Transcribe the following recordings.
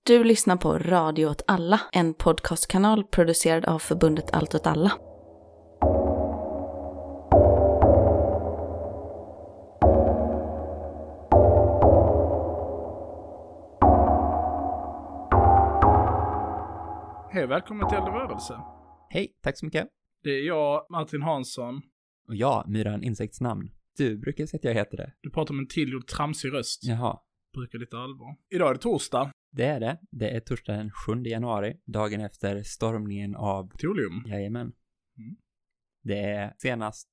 Du lyssnar på Radio åt alla, en podcastkanal producerad av förbundet Allt åt alla. Hej, välkommen till Eldrörelse. Hej, tack så mycket. Det är jag, Martin Hansson. Och jag, Myran Insektsnamn. Du brukar säga att jag heter det. Du pratar med en tillgjord tramsig röst. Jaha. Brukar lite allvar. Idag är det torsdag. Det är det. Det är torsdag den 7 januari. Dagen efter stormningen av Kapitolium. Jajamän. Det är senast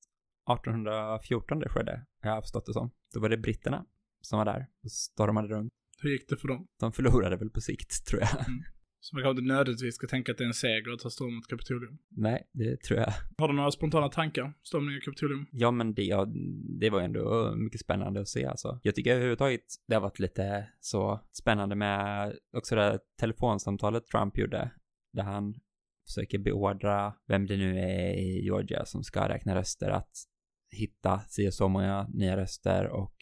1814 det skedde. Jag har förstått det som. Då var det britterna som var där och stormade runt. Hur gick det för dem? De förlorade väl på sikt, tror jag. Så man kanske inte nödvändigtvis ska tänka att det är en seger att ta storm mot Kapitolium. Nej, det tror jag. Har du några spontana tankar? Stormning av Kapitolium? Ja, men det var ändå mycket spännande att se alltså. Jag tycker överhuvudtaget det har varit lite så spännande med också det telefonsamtalet Trump gjorde. Där han försöker beordra vem det nu är i Georgia som ska räkna röster att hitta så många nya röster, och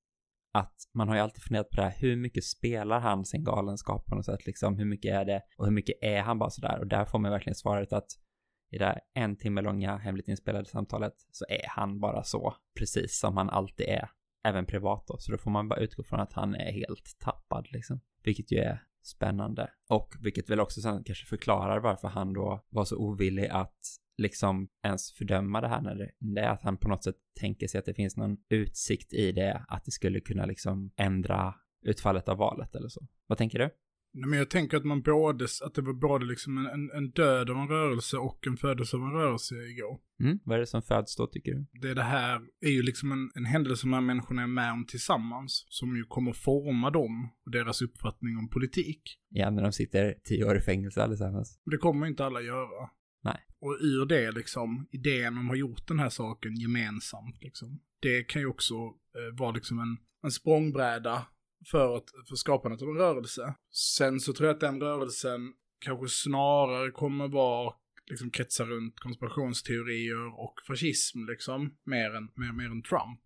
att man har ju alltid funderat på det här, hur mycket spelar han sin galenskap på något sätt liksom, hur mycket är det och hur mycket är han bara sådär, och där får man verkligen svaret att i det här 1 timme långa hemligt inspelade samtalet så är han bara så, precis som han alltid är, även privat då, så då får man bara utgå från att han är helt tappad liksom, vilket ju är spännande, och vilket väl också sen kanske förklarar varför han då var så ovillig att liksom ens fördöma det här, när det är att han på något sätt tänker sig att det finns någon utsikt i det, att det skulle kunna liksom ändra utfallet av valet eller så. Vad tänker du? Nej, men jag tänker att det var både liksom en död av en rörelse och en födelse av en rörelse igår. Vad är det som föds då, tycker du? Det här är ju liksom en händelse som de här människorna är med om tillsammans, som ju kommer forma dem och deras uppfattning om politik. Ja, när de sitter 10 år i fängelse allesammans. Det kommer inte alla göra. Nej. Och ur det liksom, idén om att ha gjort den här saken gemensamt liksom, det kan ju också vara liksom en språngbräda för skapandet av en rörelse. Sen så tror jag att den rörelsen kanske snarare kommer vara liksom kretsa runt konspirationsteorier och fascism liksom, mer än Trump.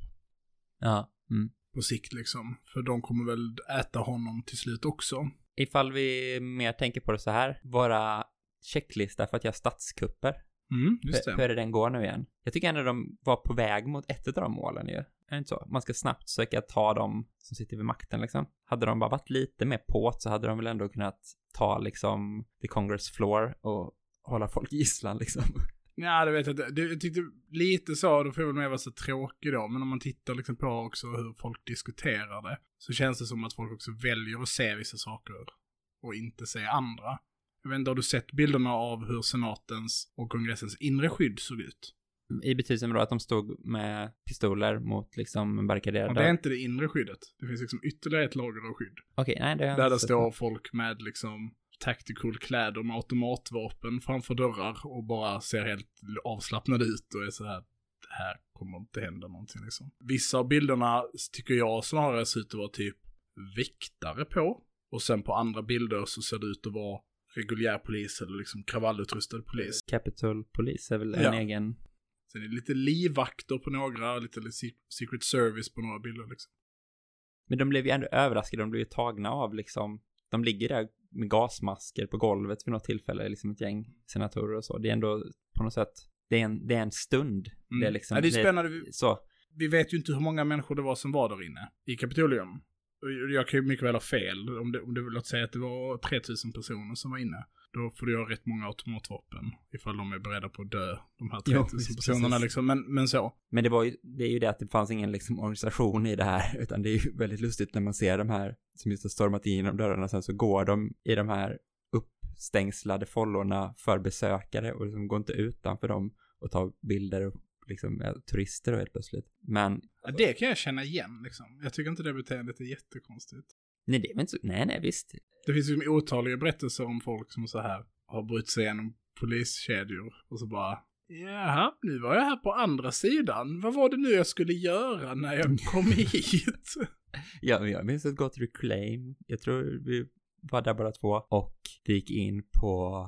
Ja. På sikt liksom, för de kommer väl äta honom till slut också. Ifall vi mer tänker på det så här, våra checklista för att göra statskupper. Just det. Hur är det den går nu igen? Jag tycker ändå de var på väg mot ett av de målen ju. Är det inte så? Man ska snabbt söka ta dem som sitter vid makten liksom. Hade de bara varit lite mer på, så hade de väl ändå kunnat ta liksom the Congress floor och hålla folk gisslan liksom. Ja, det vet jag inte. Jag tyckte lite så, då får väl med vara så tråkig då. Men om man tittar liksom på också hur folk diskuterar det, så känns det som att folk också väljer att se vissa saker och inte se andra. Jag vet inte, har du sett bilderna av hur senatens och kongressens inre skydd såg ut? I betydelsen då att de stod med pistoler mot liksom barrikaderade. Och det är inte det inre skyddet. Det finns liksom ytterligare ett lager av skydd. Okej, nej, det är där det står folk med liksom tactical kläder med automatvapen framför dörrar och bara ser helt avslappnade ut och är så här, det här kommer inte hända någonting liksom. Vissa av bilderna tycker jag snarare ser ut att vara typ väktare på, och sen på andra bilder så ser det ut att vara reguljär polis eller liksom kravallutrustad polis. Capitol Police är väl en egen. Sen är det lite livvakter på några, lite Secret Service på några bilder liksom. Men de blev ju ändå överraskade, de blev ju tagna av liksom, de ligger där med gasmasker på golvet vid något tillfälle, liksom ett gäng senatorer och så. Det är ändå på något sätt, det är en stund. Det är liksom, ja, det är spännande. Så. Vi vet ju inte hur många människor det var som var där inne i Kapitolium. Jag kan ju mycket väl ha fel. Om det vill säga att det var 3000 personer som var inne, då får du ha rätt många automatvapen ifall de är beredda på att dö, de här 3000 personerna liksom, men så. Men det är ju det att det fanns ingen liksom organisation i det här, utan det är ju väldigt lustigt när man ser de här som just har stormat in genom dörrarna, sen så går de i de här uppstängslade follorna för besökare och liksom går inte utanför dem och tar bilder och liksom turister och helt plötsligt. Men ja, det kan jag känna igen liksom. Jag tycker inte det beteendet är jättekonstigt. Nej, det är inte så. Nej, visst. Det finns ju otaliga berättelser om folk som så här har brutit sig igenom poliskedjor och så bara, jaha, nu var jag här på andra sidan. Vad var det nu jag skulle göra när jag kom hit? Ja, men jag minns ett gott reclaim. Jag tror vi var där bara 2 och vi gick in på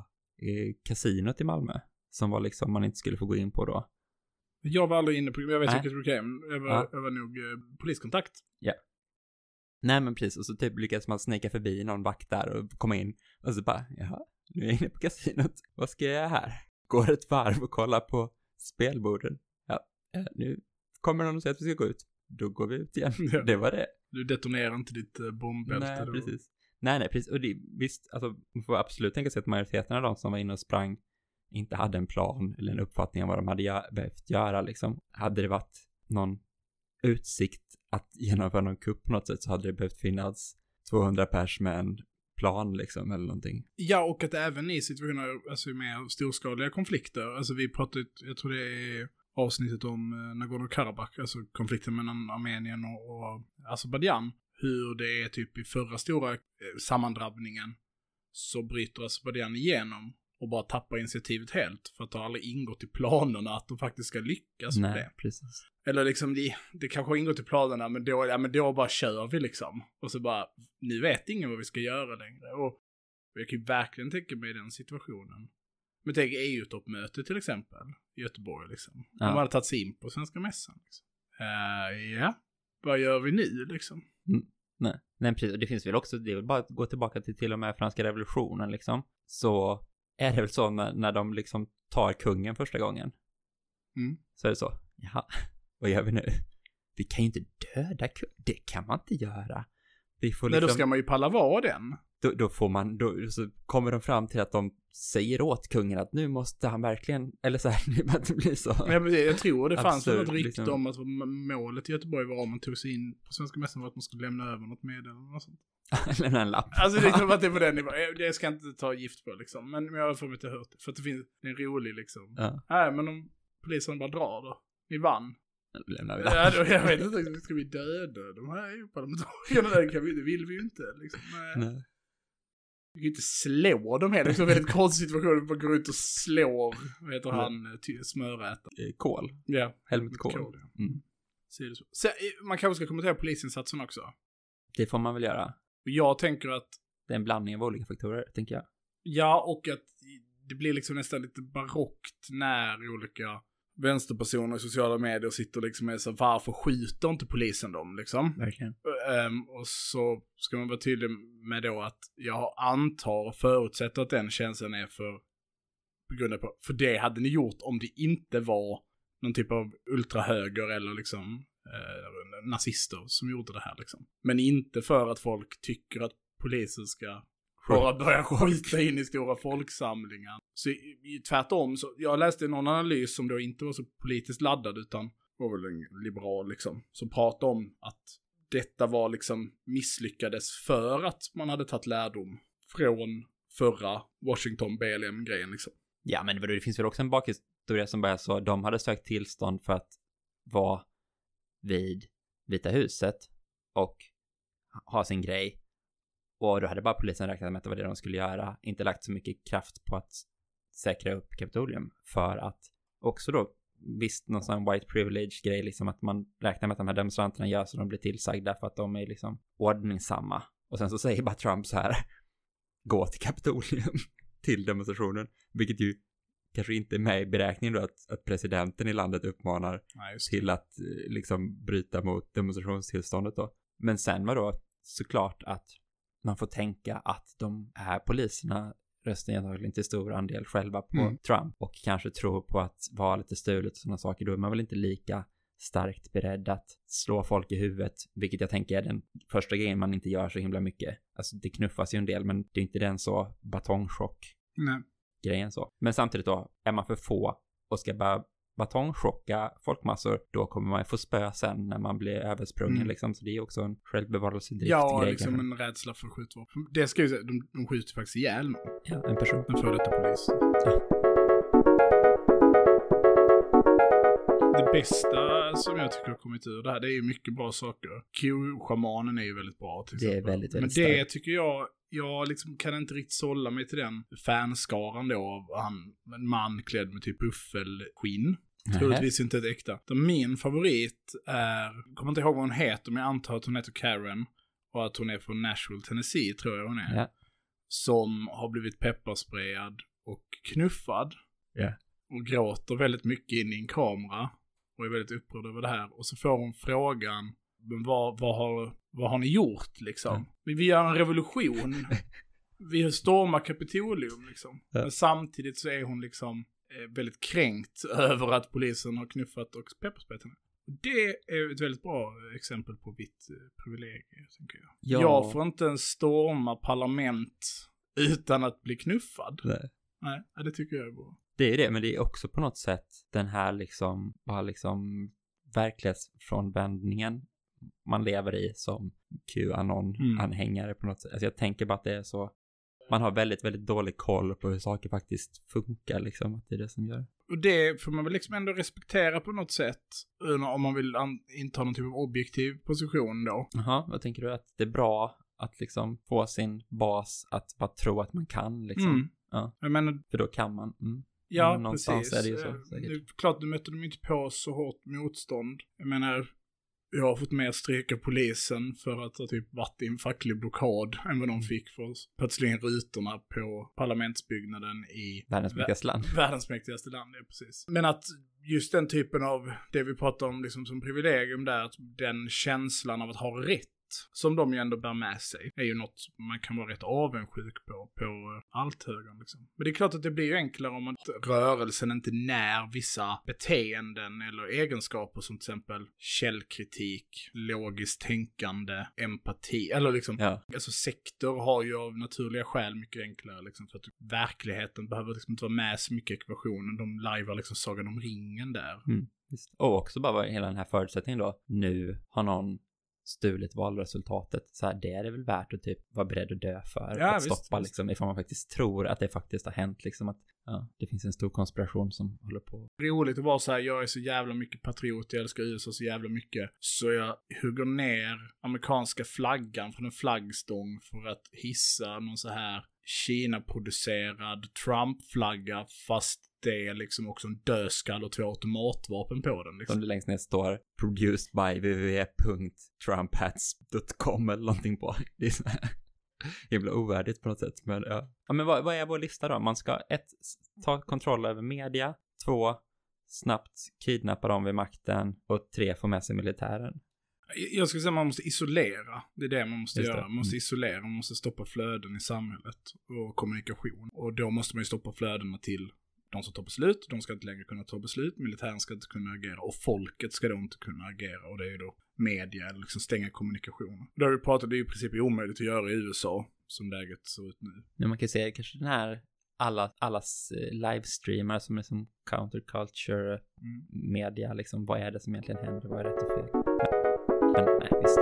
kasinot i Malmö som var liksom man inte skulle få gå in på då. Jag var aldrig inne på, jag vet vilket reclaim. Jag var nog poliskontakt. Ja. Nej men precis, och så typ lyckas man snäcka förbi någon vakt där och komma in. Och så bara, jaha, nu är jag inne på kasinot. Vad ska jag göra här? Går ett varv och kollar på spelborden. Ja, nu kommer någon och säger att vi ska gå ut. Då går vi ut igen. Ja. Det var det. Du detonerar inte ditt bombbälte. Nej, precis. Nej, precis. Och det, visst, alltså, man får absolut tänka sig att majoriteten av de som var inne och sprang inte hade en plan eller en uppfattning om vad de hade behövt göra liksom. Hade det varit någon utsikt att genomföra någon kupp på något sätt så hade det behövt finnas 200 pers med en plan liksom eller någonting. Ja, och att även i situationer alltså med storskaliga konflikter, alltså vi pratade, jag tror det är avsnittet om Nagorno-Karabakh, alltså konflikten mellan Armenien och Azerbaijan, hur det är typ i förra stora sammandrabbningen så bryter Azerbaijan igenom och bara tappar initiativet helt för att det har aldrig ingått i planerna att de faktiskt ska lyckas med det. Precis. Eller liksom det kanske har ingått i planerna men då bara kör vi liksom. Och så bara, nu vet ingen vad vi ska göra längre. Och jag kan ju verkligen tänka mig den situationen. Men tänk EU-toppmöte till exempel i Göteborg liksom. Ja. De hade tagit sig in på Svenska mässan liksom. Ja, vad gör vi nu liksom? Nej, precis. Och det finns väl också, det är väl bara att gå tillbaka till och med franska revolutionen liksom. Så är det väl så när de liksom tar kungen första gången. Så är det så, jaha, vad gör vi nu? Vi kan ju inte döda kungen, det kan man inte göra. Vi får liksom, nej, då ska man ju palla vara den. Då får man, så kommer de fram till att de säger åt kungen att nu måste han verkligen, eller så här, att det blir så. Men jag tror det fanns absurd, något rykte liksom. om att målet i Göteborg var om man tog sig in på Svenska mässan var att man skulle lämna över något meddelande och sånt. Lämna en lapp. Alltså det är att det är på den nivån. Det ska jag inte ta gift på liksom. Men jag har för mig inte hört det. För att det finns en rolig liksom. Ja. Nej, men om polisen bara drar då. Ni vann. Lämnar vi Ja, då, jag vet inte. Ska vi döda de här parlamentarikerna? Det vill vi ju inte. Liksom. Nej. Vi kan ju inte slå dem heller. Det är en väldigt konstig situation. Man går ut och slår, vad heter han, smörätare. Kol. Ja. Helmut Kohl. Ja. Så är det så. Man kanske ska kommentera polisinsatsen också. Det får man väl göra. Och jag tänker att Det är en blandning av olika faktorer, tänker jag. ja, och att det blir liksom nästan lite barockt när olika vänsterpersoner i sociala medier sitter liksom med så varför skjuter inte polisen dem liksom? Verkligen. Och så ska man vara tydlig med då att jag antar och förutsätter att den känslan är på grund av för det hade ni gjort om det inte var någon typ av ultrahöger eller liksom nazister som gjorde det här liksom. Men inte för att folk tycker att polisen ska bara börja skjuta in i stora folksamlingar. Så tvärtom, så jag läste någon analys som då inte var så politiskt laddad utan var väl en liberal liksom, som pratade om att detta var liksom misslyckades för att man hade tagit lärdom från förra Washington BLM-grejen liksom. Ja, men det finns väl också en bakhistoria som bara så de hade sökt tillstånd för att vara vid Vita huset och ha sin grej. Och då hade bara polisen räknat med att det var det de skulle göra. Inte lagt så mycket kraft på att säkra upp Kapitolium. För att också då, visst någon sån white privilege-grej, liksom att man räknar med att de här demonstranterna gör så de blir tillsagda för att de är liksom ordningsamma. Och sen så säger bara Trump så här, gå till Kapitolium till demonstrationen. Vilket ju kanske inte är med i beräkningen då att presidenten i landet uppmanar till att liksom bryta mot demonstrationstillståndet då. Men sen var då såklart att man får tänka att de här poliserna röstar egentligen till stor andel själva på Trump och kanske tror på att vara lite stulet och sådana saker. Då är man väl inte lika starkt beredd att slå folk i huvudet, vilket jag tänker är den första grejen man inte gör så himla mycket. Alltså det knuffas ju en del, men det är inte den så batongchock grejen så. Men samtidigt då, är man för få och ska bara batongchocka folkmassor, då kommer man få spö sen när man blir översprungen liksom, så det är också en självbevarelsedrift ja, grej. Liksom en rädsla för skjutvapen. Det ska ju säga, de skjuter faktiskt ihjäl någon. Ja, en person. En före detta polis. Ja. Det bästa som jag tycker har kommit ur det här, det är ju mycket bra saker. Q-schamanen är ju väldigt bra till exempel. Det är väldigt, väldigt men det starkt. tycker jag liksom kan inte riktigt sålla mig till den fanskaran då av en man klädd med typ buffelskinn. Troligtvis inte ett äkta. Min favorit är, kommer inte ihåg vad hon heter, men jag antar att hon heter Karen och att hon är från Nashville, Tennessee tror jag hon är. Ja. Som har blivit pepparsprayad och knuffad. Ja. Och gråter väldigt mycket in i en kamera och är väldigt upprörd över det här. Och så får hon frågan, men vad har ni gjort liksom? Vi gör en revolution. Vi stormar Kapitolium liksom. Men samtidigt så är hon liksom väldigt kränkt över att polisen har knuffat och pepparsprayat henne. Det är ett väldigt bra exempel på vitt privilegium, tänker jag. Ja. Jag får inte ens storma parlament utan att bli knuffad. Nej, det tycker jag är bra. Det är det, men det är också på något sätt den här liksom, bara liksom verklighetsfrånvändningen man lever i som QAnon-anhängare på något sätt. Alltså jag tänker bara att det är så, man har väldigt, väldigt dålig koll på hur saker faktiskt funkar liksom, att det är det som gör. Och det får man väl liksom ändå respektera på något sätt om man vill inta någon typ av objektiv position då. Jaha, vad tänker du? Att det är bra att liksom få sin bas att bara tro att man kan liksom? Ja. Jag menar, för då kan man. Ja, någonstans precis. Är det ju så, det är klart, du möter dem inte på så hårt motstånd. Jag menar, jag har fått mer stryk av polisen för att ha typ varit i en facklig blockad än vad de fick för att slå in rutorna på parlamentsbyggnaden i världens mäktigaste land. Världens mäktigaste land, ja, precis. Men att just den typen av, det vi pratar om liksom som privilegium där, att den känslan av att ha rätt som de ju ändå bär med sig är ju något man kan vara rätt avundsjuk på allt högern liksom. Men det är klart att det blir ju enklare om att rörelsen inte när vissa beteenden eller egenskaper som till exempel källkritik, logiskt tänkande, empati eller liksom, alltså sektor har ju av naturliga skäl mycket enklare liksom, för att verkligheten behöver liksom inte vara med så mycket i ekvationen. De lajvar liksom Sagan om ringen där. Just. Och också bara hela den här förutsättningen då, nu har någon stulit valresultatet, så här, det är det väl värt att typ vara beredd att dö för, att stoppa visst. Liksom, ifall man faktiskt tror att det faktiskt har hänt liksom, att det finns en stor konspiration som håller på. Roligt att vara så här, jag är så jävla mycket patriot, jag älskar USA så jävla mycket, så jag hugger ner amerikanska flaggan från en flaggstång för att hissa någon så här Kina-producerad Trump-flagga, fast det är liksom också en dödskall och 2 automatvapen på den. Liksom. Som det längst ner står produced by www.trumphats.com eller någonting på. Det är så här himla ovärdigt på något sätt. Men, men vad är vår lista då? Man ska 1. Ta kontroll över media. 2. Snabbt kidnappa dem vid makten. Och 3. Få med sig militären. Jag skulle säga att man måste isolera. Det är det man måste göra. Man måste isolera, man måste stoppa flöden i samhället och kommunikation. Och då måste man ju stoppa flödena till de som tar beslut. De ska inte längre kunna ta beslut. Militären ska inte kunna agera. Och folket ska då inte kunna agera. Och det är ju då media eller liksom stänga kommunikationen. Då har vi pratat, det är ju i princip omöjligt att göra i USA som läget ser ut nu. Men man kan se kanske den här allas livestreamar som är som counterculture media liksom, vad är det som egentligen händer, vad är rätt och fel. Men nej, visst.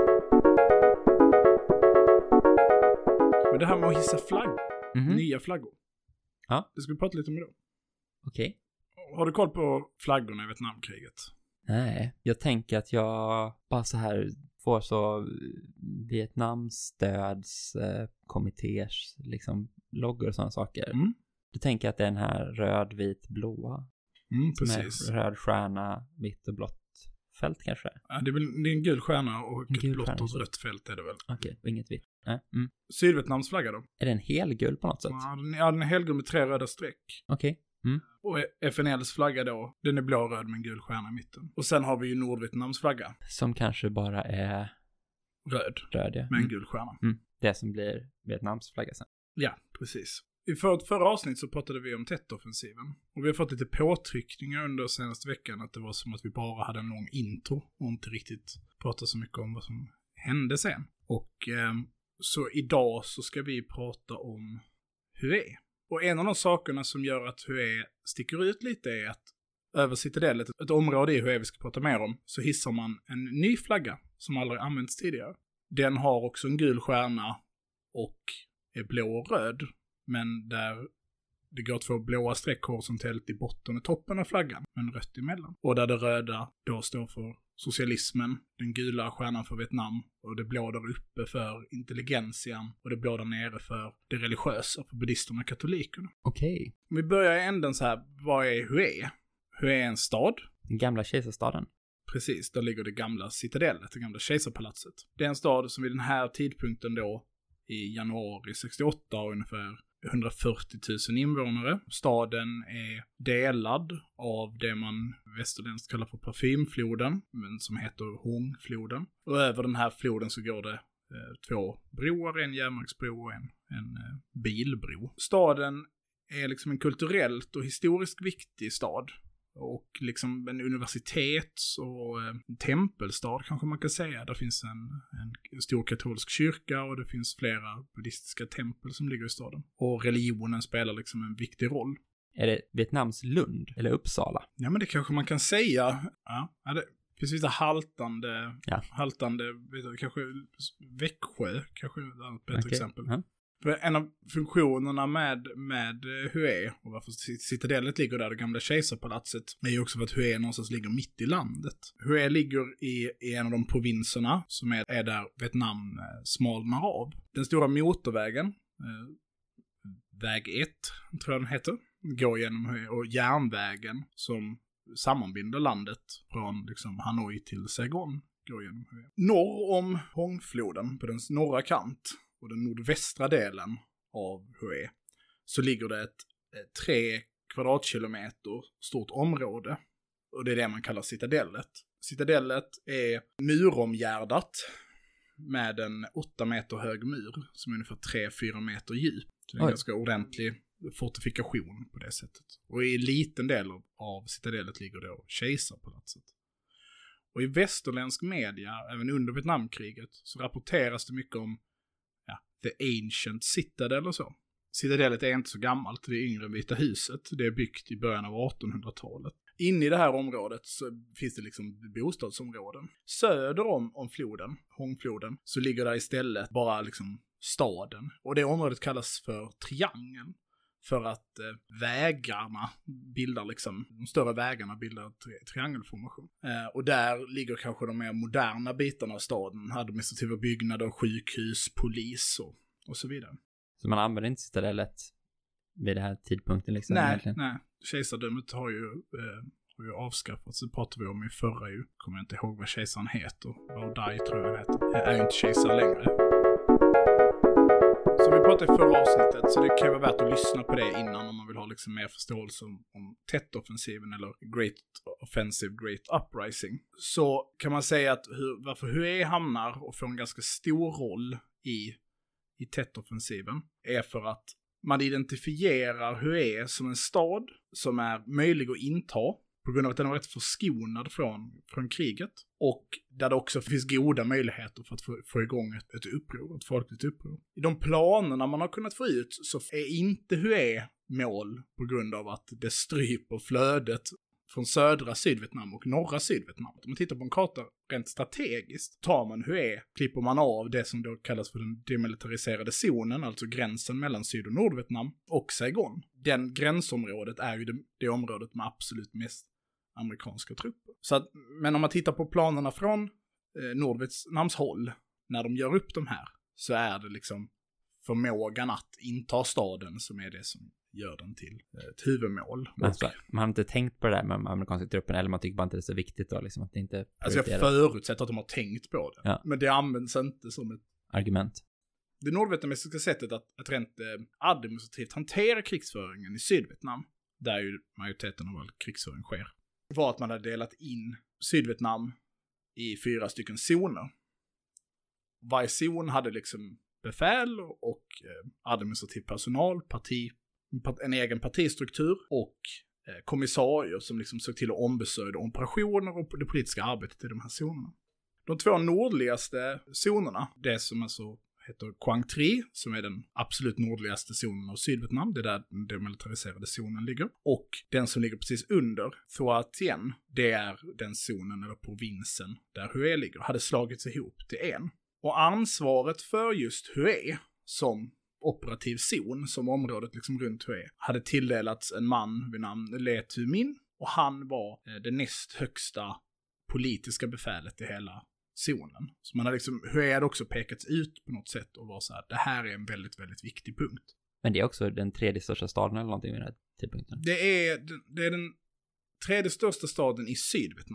Men det här med att hissa flagg, nya flaggor. Ja. Det ska vi prata lite om idag. Okej. Har du koll på flaggorna i Vietnamkriget? Nej, jag tänker att jag bara så här får så Vietnamstöds kommittéers liksom loggor och sådana saker. Du tänker att det är den här röd, vit, blåa. Precis. Röd stjärna, vitt och blått fält kanske? Ja, det är en gul stjärna och ett blått och rött fält är det väl. Okej, och inget vitt. Sydvietnams flagga då? Är den helgul på något sätt? Ja, den är helgul med 3 röda streck. Okej. Och FNLs flagga då, den är blå-röd med en gul stjärna i mitten. Och sen har vi ju Nordvietnams flagga. Som kanske bara är röd ja. Med en gul stjärna. Det som blir Vietnams flagga sen. Ja, precis. I förra avsnitt så pratade vi om Tet-offensiven. Och vi har fått lite påtryckningar under senaste veckan att det var som att vi bara hade en lång intro och inte riktigt pratade så mycket om vad som hände sen. Och så idag så ska vi prata om Hue. Och en av de sakerna som gör att Hue sticker ut lite är att över Citadellet, ett område i Hue vi ska prata mer om, så hissar man en ny flagga som aldrig använts tidigare. Den har också en gul stjärna och är blå och röd, men där det går 2 blåa streck horisontellt i botten och toppen av flaggan, men rött emellan. Och där det röda då står för socialismen, den gula stjärnan för Vietnam och det blå där uppe för intelligentian och det blå där nere för det religiösa, för buddhisterna och katolikerna. Okej. Om vi börjar i änden så här, vad är Hue? Hue är en stad. Den gamla kejsarstaden. Precis, där ligger det gamla citadellet, det gamla kejsarpalatset. Det är en stad som vid den här tidpunkten då, i januari 68 har ungefär 140 000 invånare. Staden är delad av det man västerländskt kallar för parfymfloden, men som heter Hongfloden. Och över den här floden så går det 2 broar, en järnvägsbro och en bilbro. Staden är liksom en kulturellt och historiskt viktig stad. Och liksom en universitets- och tempelstad kanske man kan säga. Där finns en stor katolsk kyrka och det finns flera buddhistiska tempel som ligger i staden. Och religionen spelar liksom en viktig roll. Är det Vietnams Lund eller Uppsala? Ja, men det kanske man kan säga. Ja, det finns vissa haltande, kanske Växjö, kanske ett bättre exempel. För en av funktionerna med Hue, och varför citadellet ligger där, det gamla kejsarpalatset, är ju också för att Hue någonstans ligger mitt i landet. Hue ligger i en av de provinserna som är där Vietnam smalnar av. Den stora motorvägen, väg 1 tror jag den heter, går genom Hue, och järnvägen som sammanbinder landet från liksom Hanoi till Saigon går genom Hue. Norr om Hongfloden, på dens norra kant, och den nordvästra delen av Hue, så ligger det ett 3 kvadratkilometer stort område. Och det är det man kallar citadellet. Citadellet är muromgärdat med en 8 meter hög mur som är ungefär 3-4 meter djup. Så det är en ganska ordentlig fortifikation på det sättet. Och i en liten del av citadellet ligger då kejsarpalatset. Och i västerländsk media, även under Vietnamkriget, så rapporteras det mycket om The Ancient Citadel och så. Citadellet är inte så gammalt, det är yngre än Vita huset. Det är byggt i början av 1800-talet. Inne i det här området så finns det liksom bostadsområden. Söder om floden, Hongfloden, så ligger där istället bara liksom staden. Och det området kallas för Triangeln. För att vägarna bildar liksom, de större vägarna bildar triangelformation. Och där ligger kanske de mer moderna bitarna av staden. Administrativa byggnader, sjukhus, polis och så vidare. Så man använder inte citadellet vid den här tidpunkten liksom? Nej. Kejsardömet har ju avskaffats. Det pratade vi om i förra ju. Kommer jag inte ihåg vad kejsaren heter. Baodai tror jag heter. Är ju inte kejsare längre. Som vi pratade i förra avsnittet, så det kan vara värt att lyssna på det innan om man vill ha liksom mer förståelse om Tet-offensiven eller Great Offensive, Great Uprising. Så kan man säga att varför Hue hamnar och får en ganska stor roll i Tet-offensiven är för att man identifierar Hue som en stad som är möjlig att inta på grund av att den har varit förskonad från kriget. Och där det också finns goda möjligheter för att få igång ett uppror, ett folkligt uppror. I de planerna man har kunnat få ut så är inte Hue mål på grund av att det stryper flödet från södra Sydvietnam och norra Sydvietnam. Om man tittar på en karta rent strategiskt, tar man Hue, klipper man av det som då kallas för den demilitariserade zonen, alltså gränsen mellan Syd- och Nordvietnam och Saigon. Den gränsområdet är ju det området med absolut mest amerikanska trupper. Så att, men om man tittar på planerna från Nordvietnams håll, när de gör upp de här, så är det liksom förmågan att inta staden som är det som gör den till ett huvudmål. Alltså, man har inte tänkt på det där med de amerikanska trupperna, eller man tycker bara inte det är så viktigt då, liksom, att det inte... Alltså jag förutsätter att de har tänkt på det. Ja. Men det används inte som ett argument. Det nordvietnamesiska sättet att rent administrativt hantera krigsföringen i Sydvietnam, där ju majoriteten av all krigsföring sker, var att man hade delat in Sydvietnam i 4 stycken zoner. Varje zon hade liksom befäl och administrativ personal, en egen partistruktur och kommissarier som liksom såg till att ombesörja operationer och det politiska arbetet i de här zonerna. De 2 nordligaste zonerna, det som alltså heter Quang Tri, som är den absolut nordligaste zonen av Sydvietnam, det är där den demilitariserade zonen ligger, och den som ligger precis under Hoa Tien, det är den zonen eller provinsen där Hue ligger, hade slagits ihop till en. Och ansvaret för just Hue som operativ zon, som området liksom runt Hue, hade tilldelats en man vid namn Le Thu Minh, och han var det näst högsta politiska befälet i hela zonen. Så man har liksom, Hue hade också pekats ut på något sätt och var så här, det här är en väldigt, väldigt viktig punkt. Men det är också den 3:e största staden eller någonting vid den här tidpunkten? Det är den 3:e största staden i Sydvietnam.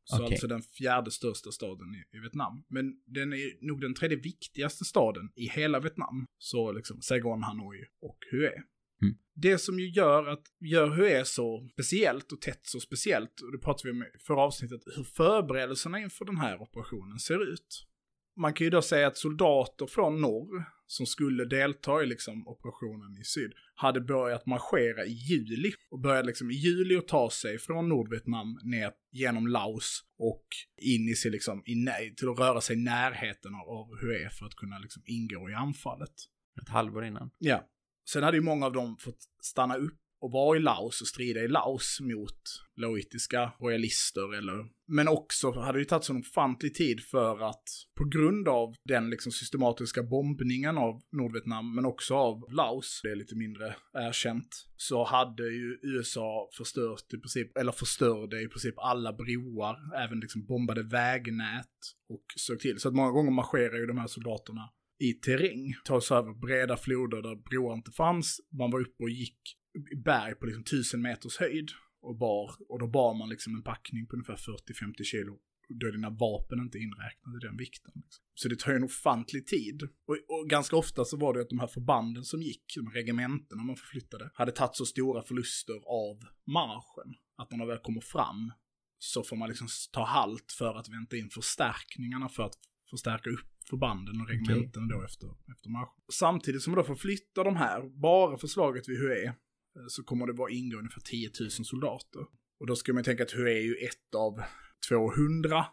Så alltså den 4:e största staden i Vietnam. Men den är nog den 3:e viktigaste staden i hela Vietnam. Så liksom Saigon, Hanoi och Hue. Det som ju gör Hue så speciellt och tätt så speciellt, och det pratade vi om i förra avsnittet, hur förberedelserna inför den här operationen ser ut. Man kan ju då säga att soldater från norr som skulle delta i liksom operationen i syd hade börjat marschera i juli och började liksom i juli att ta sig från Nordvietnam ner genom Laos och in i sig liksom till att röra sig i närheten av Hue för att kunna liksom ingå i anfallet. Ett halvår innan. Ja. Sen hade ju många av dem fått stanna upp och vara i Laos och strida i Laos mot laoitiska royalister. Men också hade det tagit sån ofantlig tid för att på grund av den liksom systematiska bombningen av Nordvietnam men också av Laos, det är lite mindre erkänt, så hade ju USA förstörde i princip alla broar, även liksom bombade vägnät och såg till. Så att många gånger marscherade ju de här soldaterna i terräng, tog sig över breda floder där broar inte fanns. Man var uppe och gick i berg på liksom 1000 meters höjd och då bar man liksom en packning på ungefär 40-50 kilo. Då är dina vapen inte inräknade i den vikten. Liksom. Så det tar en ofantlig tid. Och ganska ofta så var det att de här förbanden som gick, de här regementerna man förflyttade, hade tagit så stora förluster av marschen att när de väl kommer fram så får man liksom ta halt för att vänta in förstärkningarna för att förstärka upp förbanden och regementen då efter marsch. Samtidigt som man då får flytta de här, bara förslaget vid Hue, så kommer det vara ingå ungefär 10 000 soldater. Och då ska man tänka att Hue är ju ett av 200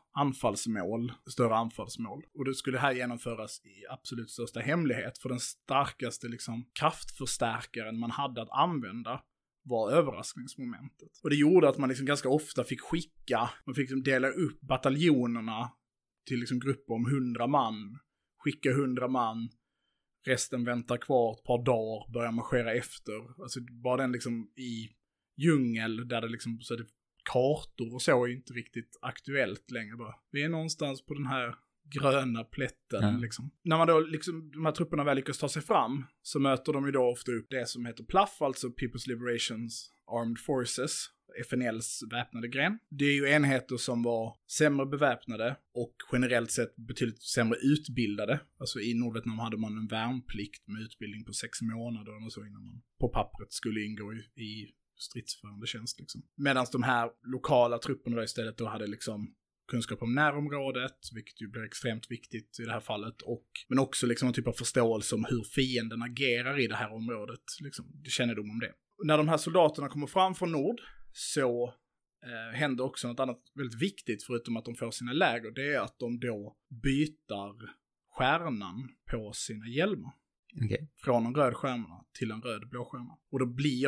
större anfallsmål. Och det skulle här genomföras i absolut största hemlighet, för den starkaste liksom kraftförstärkaren man hade att använda var överraskningsmomentet. Och det gjorde att man liksom ganska ofta fick man fick liksom dela upp bataljonerna till liksom grupper om 100 man, skicka 100 man, resten väntar kvar ett par dagar, börjar marschera efter. Alltså bara den liksom i djungel där det liksom så är det kartor och så är inte riktigt aktuellt längre bara. Vi är någonstans på den här gröna plätten liksom. När man då liksom, de här trupperna väl lyckas ta sig fram, så möter de ju då ofta upp det som heter PLAF, alltså People's Liberations Armed Forces, FNLs väpnade gren. Det är ju enheter som var sämre beväpnade och generellt sett betydligt sämre utbildade. Alltså i Nordvietnam hade man en värnplikt med utbildning på 6 månader och så innan man på pappret skulle ingå i stridsförande tjänst liksom. Medan de här lokala trupperna då istället då hade liksom kunskap om närområdet, vilket ju blir extremt viktigt i det här fallet, men också liksom en typ av förståelse om hur fienden agerar i det här området, liksom, kännedom om det. När de här soldaterna kommer fram från nord så händer också något annat väldigt viktigt, förutom att de får sina läger, det är att de då byter stjärnan på sina hjälmar. Okay. Från en röd stjärna till en röd-blå stjärna. Och då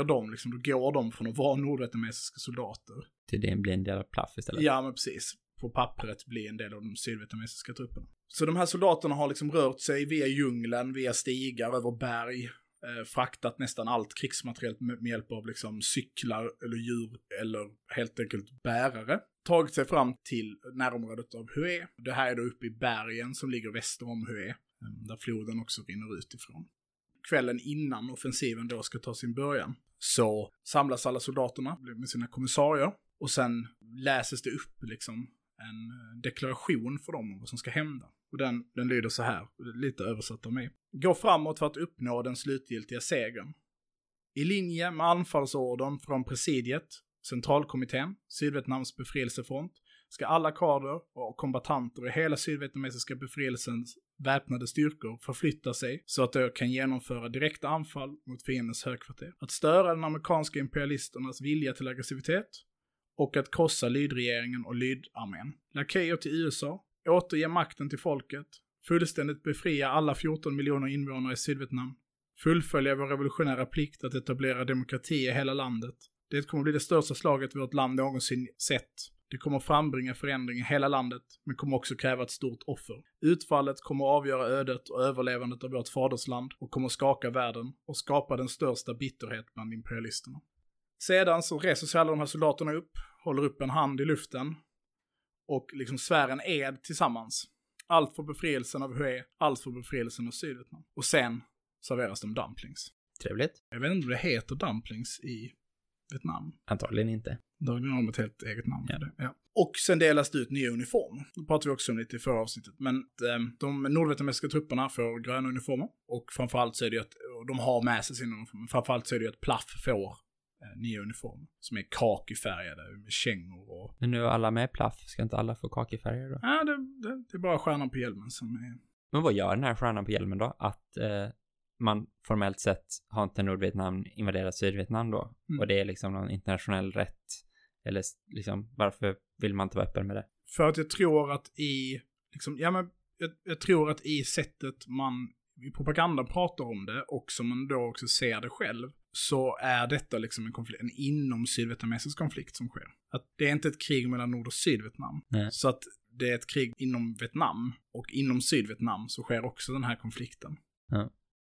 går de från att vara nordvietnamesiska soldater till det blir en del av PLAF istället. Ja, men precis. På pappret blir en del av de sydvietnamesiska trupperna. Så de här soldaterna har liksom rört sig via djungeln, via stigar, över berg, fraktat nästan allt krigsmateriel med hjälp av liksom cyklar eller djur eller helt enkelt bärare. Tagit sig fram till närområdet av Hue. Det här är då uppe i bergen som ligger väster om Hue, där floden också rinner ut ifrån. Kvällen innan offensiven då ska ta sin början så samlas alla soldaterna med sina kommissarier och sen läses det upp liksom en deklaration för dem om vad som ska hända. Och den lyder så här, lite översatt av mig. Gå framåt för att uppnå den slutgiltiga segern. I linje med anfallsordern från presidiet, centralkommittén, Sydvietnams befrielsefront, ska alla kadrer och kombatanter i hela sydvietnamesiska befrielsens väpnade styrkor förflytta sig så att de kan genomföra direkta anfall mot fiendens högkvarter. Att störa den amerikanska imperialisternas vilja till aggressivitet och att krossa lydregeringen och lydarmén. Lakejer till USA, återge makten till folket, fullständigt befria alla 14 miljoner invånare i Sydvietnam, fullfölja vår revolutionära plikt att etablera demokrati i hela landet. Det kommer bli det största slaget vårt land någonsin sett. Det kommer frambringa förändring i hela landet, men kommer också kräva ett stort offer. Utfallet kommer avgöra ödet och överlevandet av vårt fadersland och kommer skaka världen och skapa den största bitterhet bland imperialisterna. Sedan så reser sig alla de här soldaterna upp, håller upp en hand i luften och liksom svär en ed tillsammans. Allt för befrielsen av Hue, allt för befrielsen av Sydvietnam. Och sen serveras de dumplings. Trevligt. Jag vet inte om det heter dumplings i Vietnam. Antagligen inte. Dagen har de ett helt eget namn för det. Ja. Och sen delas det ut nya uniformer. Det pratar vi också om lite i förra avsnittet. Men de nordvietnamesiska trupperna får gröna uniformer. Och framförallt så är det ju att de har med sig sina uniformer. Framförallt så är det ju att PLAF får nya uniformer. Som är kakifärgade med kängor och... Men nu är alla med PLAF. Ska inte alla få kakifärger då? Ja, det är bara stjärnan på hjälmen som är... Men vad gör den här stjärnan på hjälmen då? Att man formellt sett har inte Nordvietnam invaderat Sydvietnam då? Och det är liksom någon internationell rätt? Eller liksom, varför vill man inte vara öppen med det? För att jag tror att jag tror att i sättet man i propagandan pratar om det och som man då också ser det själv, så är detta liksom en inom sydvietnamesisk konflikt som sker. Att det är inte ett krig mellan Nord- och Sydvietnam. Nej. Så att det är ett krig inom Vietnam, och inom Sydvietnam så sker också den här konflikten. Ja.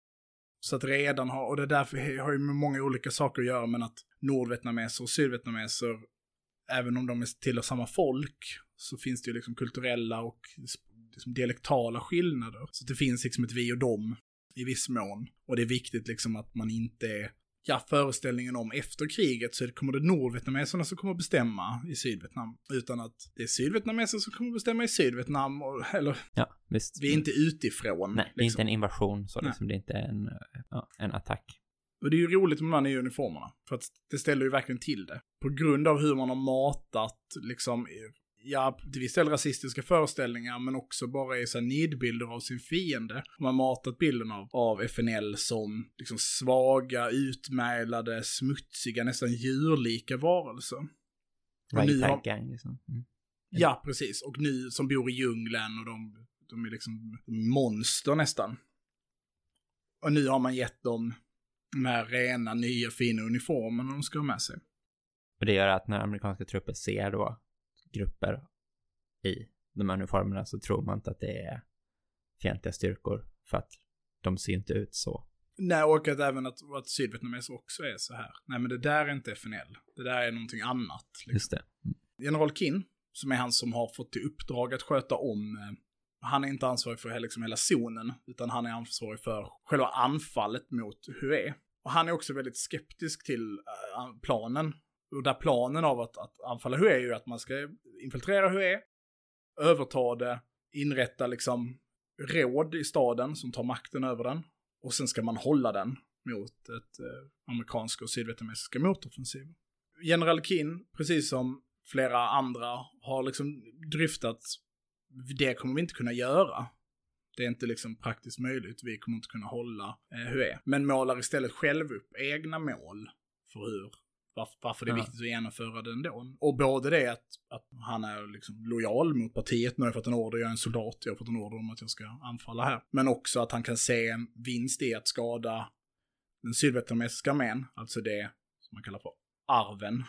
Så att redan och det därför har ju med många olika saker att göra, men att nordvietnameser och sydvietnameser, även om de tillhör samma folk, så finns det ju liksom kulturella och liksom dialektala skillnader. Så det finns liksom ett vi och dem i viss mån. Och det är viktigt liksom att man inte är... Ja, föreställningen om efter kriget så kommer det nordvietnameserna som kommer bestämma i Sydvietnam. Utan att det är sydvietnameser som kommer bestämma i Sydvietnam. Eller, ja, visst. Vi är inte utifrån. Nej, det är inte en invasion. Så liksom, det är inte en attack. Och det är ju roligt med de här nya uniformerna. För att det ställer ju verkligen till det. På grund av hur man har matat liksom... Ja, till viss del rasistiska föreställningar, men också bara i så här nidbilder av sin fiende. Man har matat bilden av FNL som liksom svaga, utmärglade, smutsiga, nästan djurlika varelser. Right gang liksom. Ja, precis. Och nu som bor i djungeln och de är liksom monster nästan. Och nu har man gett dem de här rena, nya, fina uniformerna de ska ha med sig. Och det gör att när amerikanska trupper ser då grupper i de här uniformerna så tror man inte att det är fientliga styrkor, för att de ser inte ut så. Nej, och att även att sydvietnameser också är så här. Nej, men det där är inte FNL. Det där är någonting annat. Liksom. Just det. General Kin, som är han som har fått till uppdrag att sköta om... Han är inte ansvarig för liksom hela zonen, utan han är ansvarig för själva anfallet mot Hue. Och han är också väldigt skeptisk till planen. Och där planen av att anfalla Hue är ju att man ska infiltrera Hue, överta det, inrätta liksom råd i staden som tar makten över den. Och sen ska man hålla den mot ett amerikanska och sydvietnamesiska motoffensiv. General Kin, precis som flera andra, har liksom dryftat, det kommer vi inte kunna göra. Det är inte liksom praktiskt möjligt. Vi kommer inte kunna hålla Hue. Men målar istället själv upp egna mål för varför det är viktigt att genomföra det ändå. Och både det att han är liksom lojal mot partiet. Nu har jag fått en order, jag är en soldat, jag har fått en order om att jag ska anfalla här. Men också att han kan se en vinst i att skada den sydvietnamesiska armén. Alltså det som man kallar för ARVN.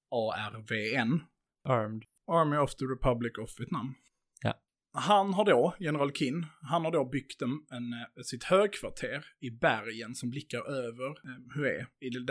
ARVN. Army of the Republic of Vietnam. Ja. Han har då, General Kin, han har då byggt sitt högkvarter i bergen som blickar över Hue,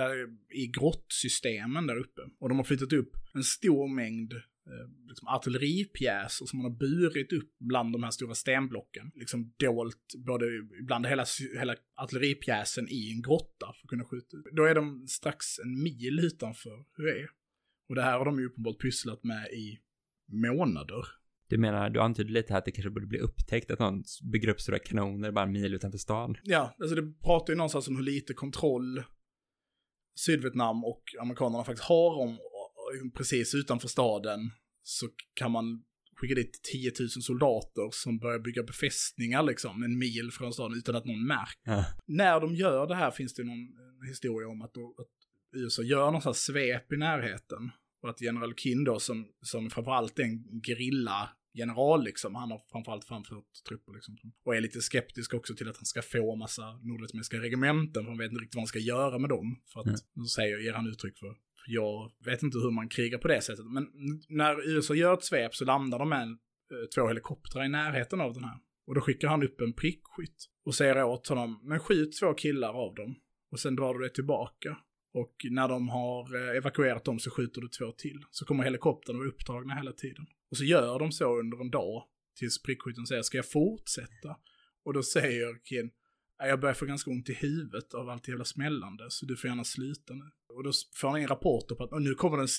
i grottsystemen där uppe. Och de har flyttat upp en stor mängd liksom artilleripjäser som man har burit upp bland de här stora stenblocken. Liksom dolt både bland hela artilleripjäsen i en grotta för att kunna skjuta. Då är de strax en mil utanför Hue. Och det här har de ju uppenbart pysslat med i månader. Du menar, du antyder lite här att det kanske borde bli upptäckt att någon bygger upp stora kanoner bara en mil utanför stan. Ja, alltså det pratar ju någonstans om hur lite kontroll Sydvietnam och amerikanerna faktiskt har om precis utanför staden, så kan man skicka dit 10 000 soldater som börjar bygga befästningar liksom en mil från staden utan att någon märker. Ja. När de gör det här finns det någon historia om att USA gör någon sån här svep i närheten. Och att General Kin då, som framförallt är en gerilla-general liksom, han har framförallt framfört trupper liksom. Och är lite skeptisk också till att han ska få massa nordvietnamesiska regementen, för han vet inte riktigt vad han ska göra med dem. För att, ger han uttryck för jag vet inte hur man krigar på det sättet. Men när USA gör ett svep så landar de med 2 helikoptrar i närheten av den här. Och då skickar han upp en prickskytt och säger åt honom, men skjut 2 killar av dem. Och sen drar du det tillbaka. Och när de har evakuerat dem så skjuter du 2 till. Så kommer helikoptern och är upptagna hela tiden. Och så gör de så under en dag. Tills prickskytten säger, ska jag fortsätta? Och då säger Kin, jag börjar få ganska ont i huvudet av allt jävla smällande. Så du får gärna sluta nu. Och då får han in rapporter på att nu kommer det en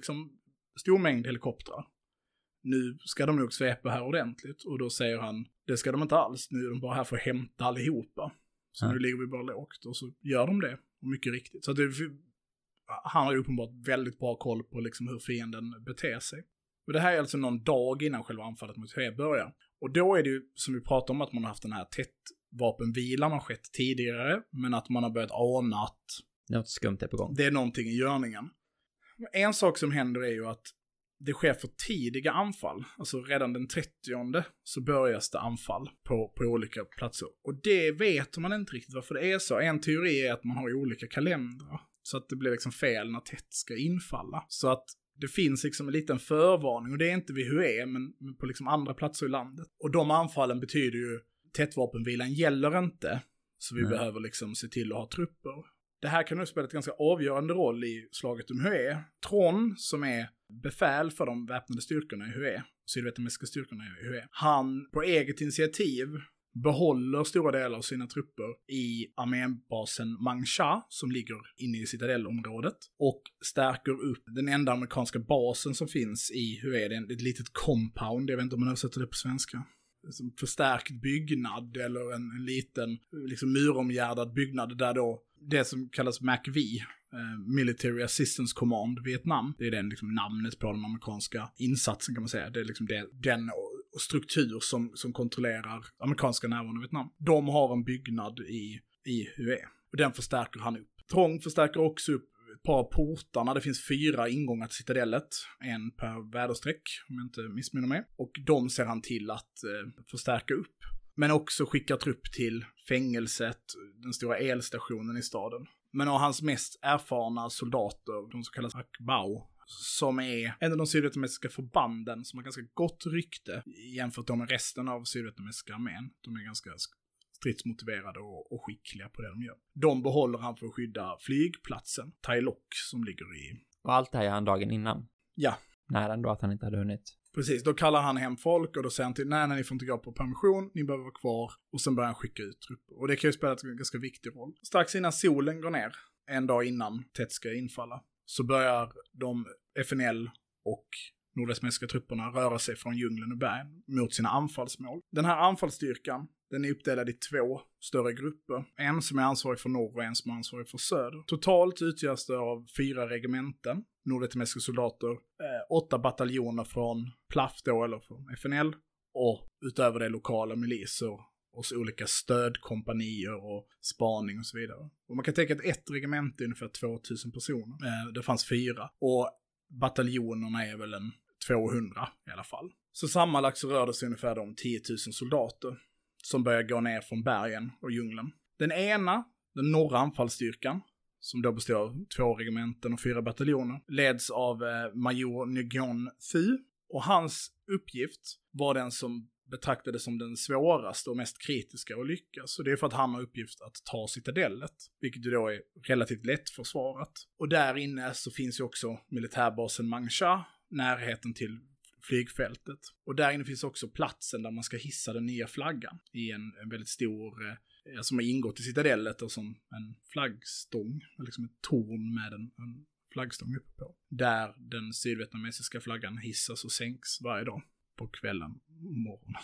stor mängd helikoptrar. Nu ska de nog svepa här ordentligt. Och då säger han, det ska de inte alls. Nu är de bara här för att hämta allihopa. Så nu ligger vi bara lågt. Och så gör de det. Och mycket riktigt. Så att han har ju uppenbart väldigt bra koll på liksom hur fienden beter sig. Och det här är alltså någon dag innan själva anfallet mot Hue börjar. Och då är det ju, som vi pratade om, att man har haft den här vapenvilan har skett tidigare. Men att man har börjat ana att något skumt är på gång. Det är någonting i görningen. En sak som händer är ju att det sker för tidiga anfall. Alltså redan den 30:e så börjas det anfall på olika platser. Och det vet man inte riktigt varför det är så. En teori är att man har olika kalendrar. Så att det blir liksom fel när tätt ska infalla. Så att det finns liksom en liten förvarning. Och det är inte vid Hue, men på liksom andra platser i landet. Och de anfallen betyder ju tättvapenvilan gäller inte. Så vi behöver liksom se till att ha trupper. Det här kan nu spela ett ganska avgörande roll i slaget om Hue. Tron, som är befäl för de väpnade styrkorna i Hue, sydvietnamesiska styrkorna i Hue, han på eget initiativ behåller stora delar av sina trupper i armébasen Mang Cha, som ligger inne i citadellområdet, och stärker upp den enda amerikanska basen som finns i Hue. Det är ett litet compound, jag vet inte om man översätter det på svenska. Som förstärkt byggnad eller en liten liksom muromgärdad byggnad där då det som kallas MACV, Military Assistance Command Vietnam, det är den liksom namnet på den amerikanska insatsen kan man säga. Det är liksom den struktur som kontrollerar amerikanska närvaron i Vietnam. De har en byggnad i Hue och den förstärker han upp. Trong förstärker också upp ett par av portarna. Det finns 4 ingångar till citadellet. En per väderstreck, om jag inte missminner mig. Och de ser han till att förstärka upp. Men också skickar trupp till fängelset, den stora elstationen i staden. Men av hans mest erfarna soldater, de som kallas Ac Bao, som är en av de sydvietnamesiska förbanden som har ganska gott rykte jämfört med resten av sydvietnamesiska armén. De är ganska stridsmotiverade och skickliga på det de gör. De behåller han för att skydda flygplatsen, Tai Loc, som ligger i... Och allt det här gör han dagen innan? Ja. Nära ändå att han inte hade hunnit. Precis, då kallar han hem folk och då säger han till nej, ni får inte gå på permission, ni behöver vara kvar, och sen börjar han skicka ut trupper. Och det kan ju spela en ganska viktig roll. Strax innan solen går ner, en dag innan tätt ska infalla, så börjar de FNL och nordvästmässiska trupperna röra sig från djungeln och bergen mot sina anfallsmål. Den här anfallsstyrkan, den är uppdelad i 2 större grupper. En som är ansvarig för norr och en som är ansvarig för söder. Totalt utgörs det av 4 regementen, nordvietnamesiska soldater, 8 bataljoner från PLAF då, eller från FNL, och utöver det lokala miliser och så olika stödkompanier och spaning och så vidare. Och man kan tänka att ett regement är ungefär 2000 personer. Det fanns 4. Och bataljonerna är väl en 200 i alla fall. Så sammanlagt så rör det sig ungefär om 10 000 soldater som börjar gå ner från bergen och djungeln. Den ena, den norra anfallsstyrkan, som då består av 2 regementen och 4 bataljoner, leds av major Nguyen Thu. Och hans uppgift var den som betraktades som den svåraste och mest kritiska att lyckas. Så det är för att han har uppgift att ta citadellet, vilket då är relativt lätt försvarat. Och där inne så finns ju också militärbasen Mang Cha, närheten till flygfältet. Och där inne finns också platsen där man ska hissa den nya flaggan i en väldigt stor, som har ingått i citadellet, och som en flaggstång, liksom ett torn med en flaggstång uppe på. Där den sydvietnamesiska flaggan hissas och sänks varje dag på kvällen och morgonen.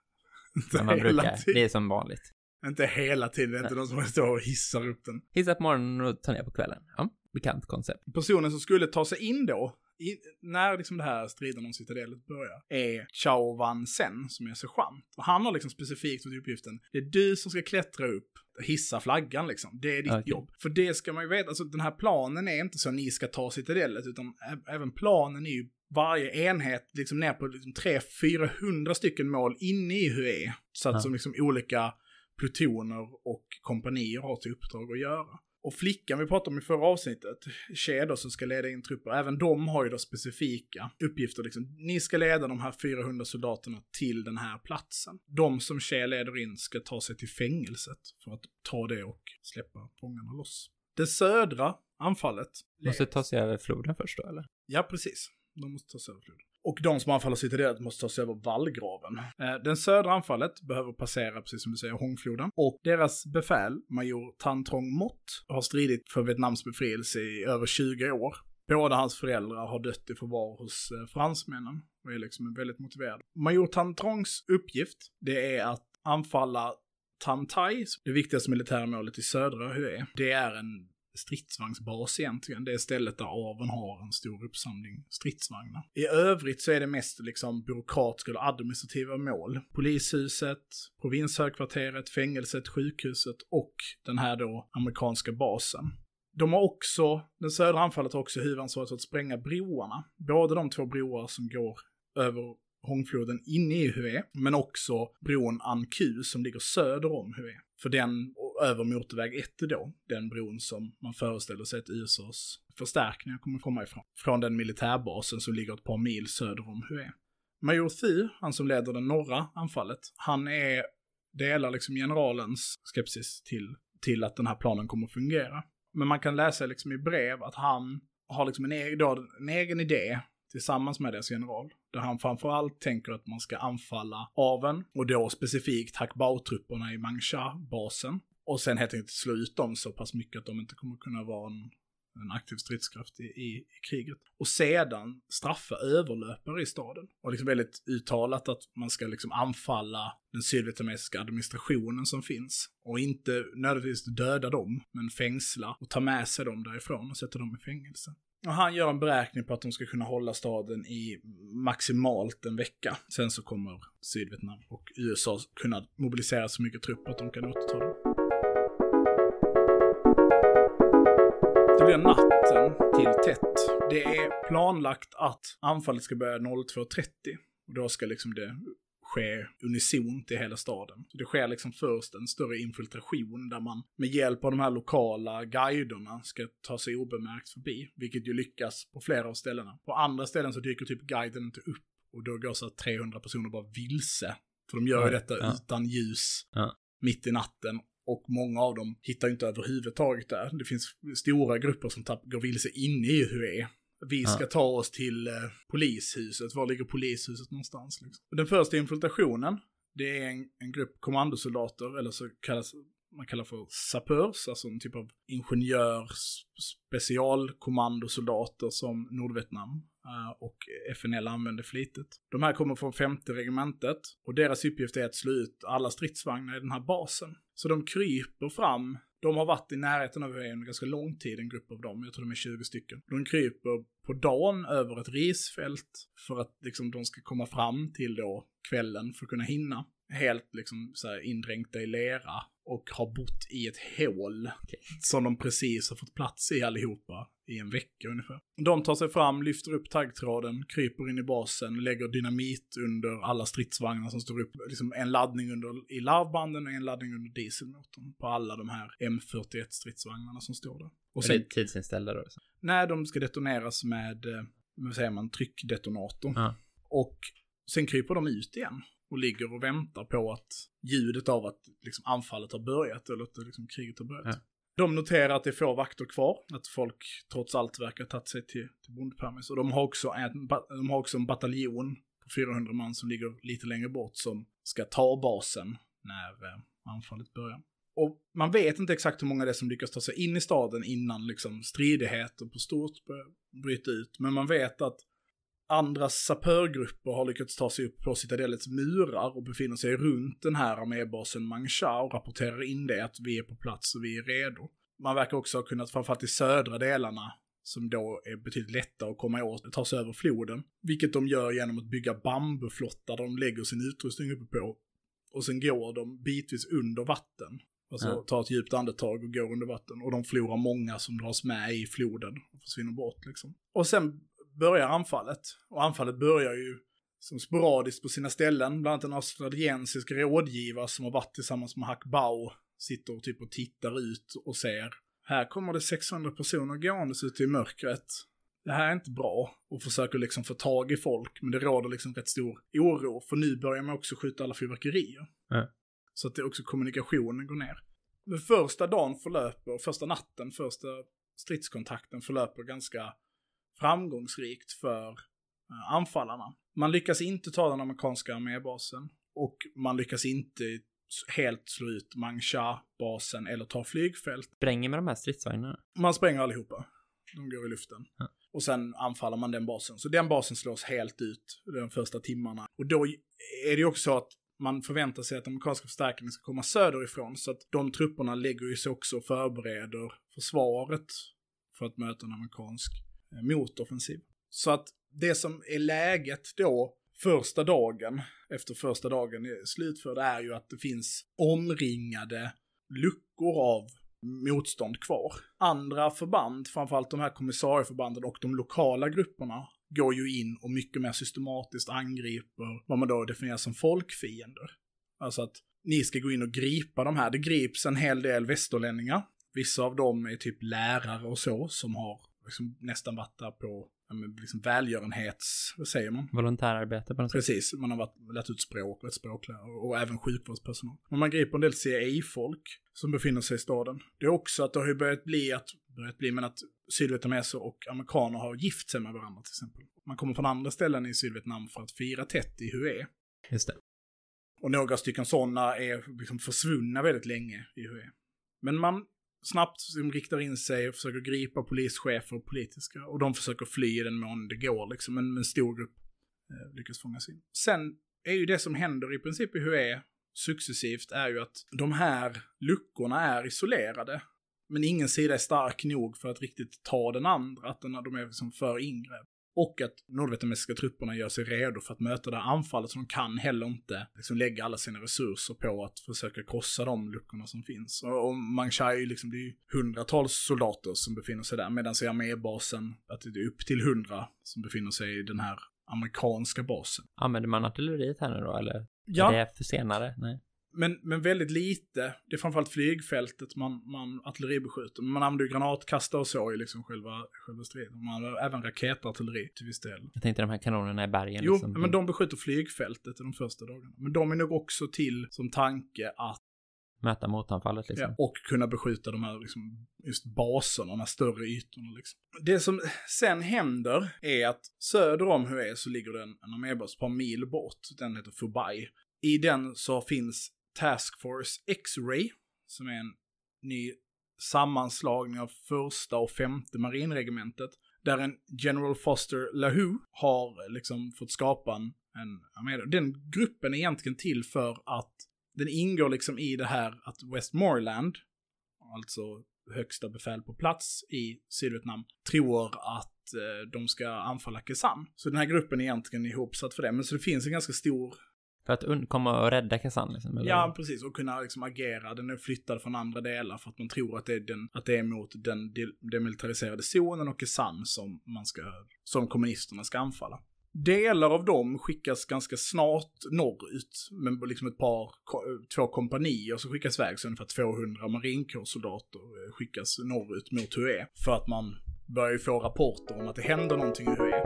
Men man brukar, det är som vanligt. Inte hela tiden, det är inte någon som står och hissar upp den. Hissa på morgonen och ta ner på kvällen. Ja, bekant koncept. Personen som skulle ta sig in då, när liksom det här striden om citadellet börjar, är Chao Van Sen, som är sergeant. Och han har liksom specifikt fått uppgiften, det är du som ska klättra upp och hissa flaggan liksom. Det är ditt jobb. För det ska man ju veta, alltså den här planen är inte så att ni ska ta citadellet, utan även planen är ju varje enhet liksom ner på liksom 300-400 stycken mål inne i Hue. Så att som liksom olika plutoner och kompanier har till uppdrag att göra. Och flickan vi pratade om i förra avsnittet, Che då, som ska leda in trupper, även de har ju då specifika uppgifter. Liksom. Ni ska leda de här 400 soldaterna till den här platsen. De som Che leder in ska ta sig till fängelset för att ta det och släppa fångarna loss. Det södra anfallet... Måste ta sig över floden först då, eller? Ja, precis. De måste ta sig över floden. Och de som anfaller citadellet måste ta sig över vallgraven. Den södra anfallet behöver passera, precis som du säger, Hongfloden. Och deras befäl, major Tan Trong Mot, har stridit för Vietnams befrielse i över 20 år. Båda hans föräldrar har dött i förvar hos fransmännen och är liksom väldigt motiverade. Major Tan Trongs uppgift, det är att anfalla Tam Tai, det viktigaste militära målet i södra Hue. Det är en stridsvagnsbas egentligen. Det är stället där aveln har en stor uppsamling stridsvagnar. I övrigt så är det mest liksom byråkratiska eller administrativa mål. Polishuset, provinshögkvarteret, fängelset, sjukhuset och den här då amerikanska basen. Den södra anfallet har också huvudansvaret för att spränga broarna. Både de 2 broar som går över Hongfloden inne i Hue, men också bron An Q som ligger söder om Hue. För den över motorväg 1 då, den bron som man föreställer sig att USAs förstärkningar kommer komma ifrån. Från den militärbasen som ligger ett par mil söder om Hue. Major Thu, han som leder det norra anfallet, han delar liksom generalens skepsis till att den här planen kommer att fungera. Men man kan läsa liksom i brev att han har liksom en egen idé tillsammans med deras general. Där han framförallt tänker att man ska anfalla aveln och då specifikt Hac Bao-trupperna i Mangsha-basen. Och sen helt enkelt slå ut dem så pass mycket att de inte kommer kunna vara en aktiv stridskraft i kriget. Och sedan straffa överlöpare i staden. Och liksom väldigt uttalat att man ska liksom anfalla den sydvietnamesiska administrationen som finns. Och inte nödvändigtvis döda dem, men fängsla och ta med sig dem därifrån och sätta dem i fängelse. Och han gör en beräkning på att de ska kunna hålla staden i maximalt en vecka. Sen så kommer Sydvietnam och USA kunna mobilisera så mycket trupper att de kan återta dem. Det blir natten till tätt. Det är planlagt att anfallet ska börja 02.30. Och då ska liksom det ske unisont i hela staden. Så det sker liksom först en större infiltration där man med hjälp av de här lokala guiderna ska ta sig obemärkt förbi. Vilket ju lyckas på flera av ställena. På andra ställen så dyker typ guiden inte upp. Och då går så att 300 personer bara vilse. För de gör ju detta utan ljus mitt i natten. Och många av dem hittar inte överhuvudtaget där. Det finns stora grupper som går vilse inne i Hue. Vi ska ta oss till polishuset. Var ligger polishuset någonstans? Liksom? Den första infiltrationen, det är en grupp kommandosoldater, eller så man kallar för sapeurs, alltså en typ av specialkommandosoldater som Nordvietnam och FNL använder flitigt. De här kommer från 5:e regementet och deras uppgift är att slå ut alla stridsvagnar i den här basen. Så de kryper fram. De har varit i närheten av en ganska lång tid, en grupp av dem. Jag tror de är 20 stycken. De kryper på dagen över ett risfält för att liksom, de ska komma fram till då kvällen för att kunna hinna. Helt liksom så här indränkta i lera och har bott i ett hål som de precis har fått plats i allihopa i en vecka ungefär. De tar sig fram, lyfter upp taggtråden, kryper in i basen, lägger dynamit under alla stridsvagnar som står upp. Liksom en laddning i larvbanden och en laddning under dieselmotorn på alla de här M41-stridsvagnarna som står där. Och sen, är det tidsinställda då? Nej, de ska detoneras med vad säger man, tryckdetonator. Och sen kryper de ut igen. Och ligger och väntar på att ljudet av att liksom anfallet har börjat eller att liksom kriget har börjat. De noterar att det är få vakter kvar. Att folk trots allt verkar ha tagit sig till Bondpermis. Och de har också en bataljon på 400 man som ligger lite längre bort som ska ta basen när anfallet börjar. Och man vet inte exakt hur många det är som lyckas ta sig in i staden innan liksom stridigheter på stort bryter ut. Men man vet att andra sapörgrupper har lyckats ta sig upp på citadellets murar och befinner sig runt den här armébasen Mangsha och rapporterar in det att vi är på plats och vi är redo. Man verkar också ha kunnat, framförallt i södra delarna, som då är betydligt lättare att komma åt, ta sig över floden. Vilket de gör genom att bygga bambuflottar där de lägger sin utrustning uppe på. Och sen går de bitvis under vatten. Alltså tar ett djupt andetag och går under vatten. Och de förlorar många som dras med i floden och försvinner bort liksom. Och sen börjar anfallet. Och anfallet börjar ju som sporadiskt på sina ställen. Bland annat en australiensisk rådgivare som har varit tillsammans med Hac Bao sitter och typ och tittar ut och ser. Här kommer det 600 personer gående ute i mörkret. Det här är inte bra. Och försöker liksom få tag i folk. Men det råder liksom rätt stor oro. För nu börjar man också skjuta alla fyrverkerier. Så att det också kommunikationen går ner. Men första stridskontakten förlöper ganska framgångsrikt för anfallarna. Man lyckas inte ta den amerikanska armébasen och man lyckas inte helt slå ut Mang Sha-basen eller ta flygfält. Spränger med de här stridsvagnarna? Man spränger allihopa. De går i luften. Ja. Och sen anfaller man den basen. Så den basen slås helt ut de första timmarna. Och då är det ju också så att man förväntar sig att amerikanska förstärkningar ska komma söderifrån. Så att de trupperna lägger ju sig också och förbereder försvaret för att möta en amerikansk motoffensiv. Så att det som är läget då första dagen, efter första dagen är slutförd, är ju att det finns omringade luckor av motstånd kvar. Andra förband, framförallt de här kommissarieförbanden och de lokala grupperna, går ju in och mycket mer systematiskt angriper vad man då definierar som folkfiender. Alltså att ni ska gå in och gripa de här. Det grips en hel del västerlänningar. Vissa av dem är typ lärare och så, som har liksom nästan varit där på liksom välgörenhets, vad säger man? Volontärarbete på något sätt. Precis, man har lärt ut språk och ett språklärare och även sjukvårdspersonal. Men man griper en del CIA-folk som befinner sig i staden. Det är också att det har ju börjat bli men att sydvietnameser och amerikaner har gift sig med varandra till exempel. Man kommer från andra ställen i Sydvietnam för att fira Tet i Hue. Just det. Och några stycken sådana är liksom försvunna väldigt länge i Hue. Men man snabbt riktar in sig och försöker gripa polischefer och politiska. Och de försöker fly i den mån det går liksom. Men en stor grupp lyckas fångas in. Sen är ju det som händer i princip i Hue successivt är ju att de här luckorna är isolerade. Men ingen sida är stark nog för att riktigt ta den andra. Att de är liksom för ingrepp. Och att nordvietnamesiska trupperna gör sig redo för att möta det här anfallet. Så de kan heller inte liksom lägga alla sina resurser på att försöka krossa de luckorna som finns. Och Mang Sha är ju liksom, det är ju hundratals soldater som befinner sig där. Medan i armébasen att det är upp till 100 som befinner sig i den här amerikanska basen. Använder man artilleriet här nu då, eller? Ja. Är det för senare? Nej. Men väldigt lite. Det är framförallt flygfältet man artilleribeskjuter. Man använder ju granatkastare och så i liksom själva striden. Man använder även raketartilleri till viss del. Jag tänkte de här kanonerna i bergen. Jo, liksom. men de beskjuter flygfältet de första dagarna. Men de är nog också till som tanke att möta motanfallet liksom. Ja, och kunna beskjuta de här liksom, just baserna, de här större ytorna liksom. Det som sen händer är att söder om Hue så ligger det en armébas ett par mil bort. Den heter Fubai. I den så finns Task Force X-Ray, som är en ny sammanslagning av 1:a och 5:e marinregementet, där en General Foster LaHoo har liksom fått skapa en armé. Den gruppen är egentligen till för att den ingår liksom i det här att Westmoreland, alltså högsta befäl på plats i Sydvietnam, tror att de ska anfalla Khe Sanh. Så den här gruppen är egentligen ihopsatt för det. Men så det finns en ganska stor... För att komma och rädda Khe Sanh liksom? Eller? Ja, precis. Och kunna liksom agera. Den är flyttad från andra delar för att man tror att det är mot den demilitariserade zonen och Khe Sanh som kommunisterna ska anfalla. Delar av dem skickas ganska snart norrut, men liksom två kompanier som skickas iväg, så ungefär 200 marinkårssoldater skickas norrut mot Hue, för att man börjar få rapporter om att det händer någonting i Hue.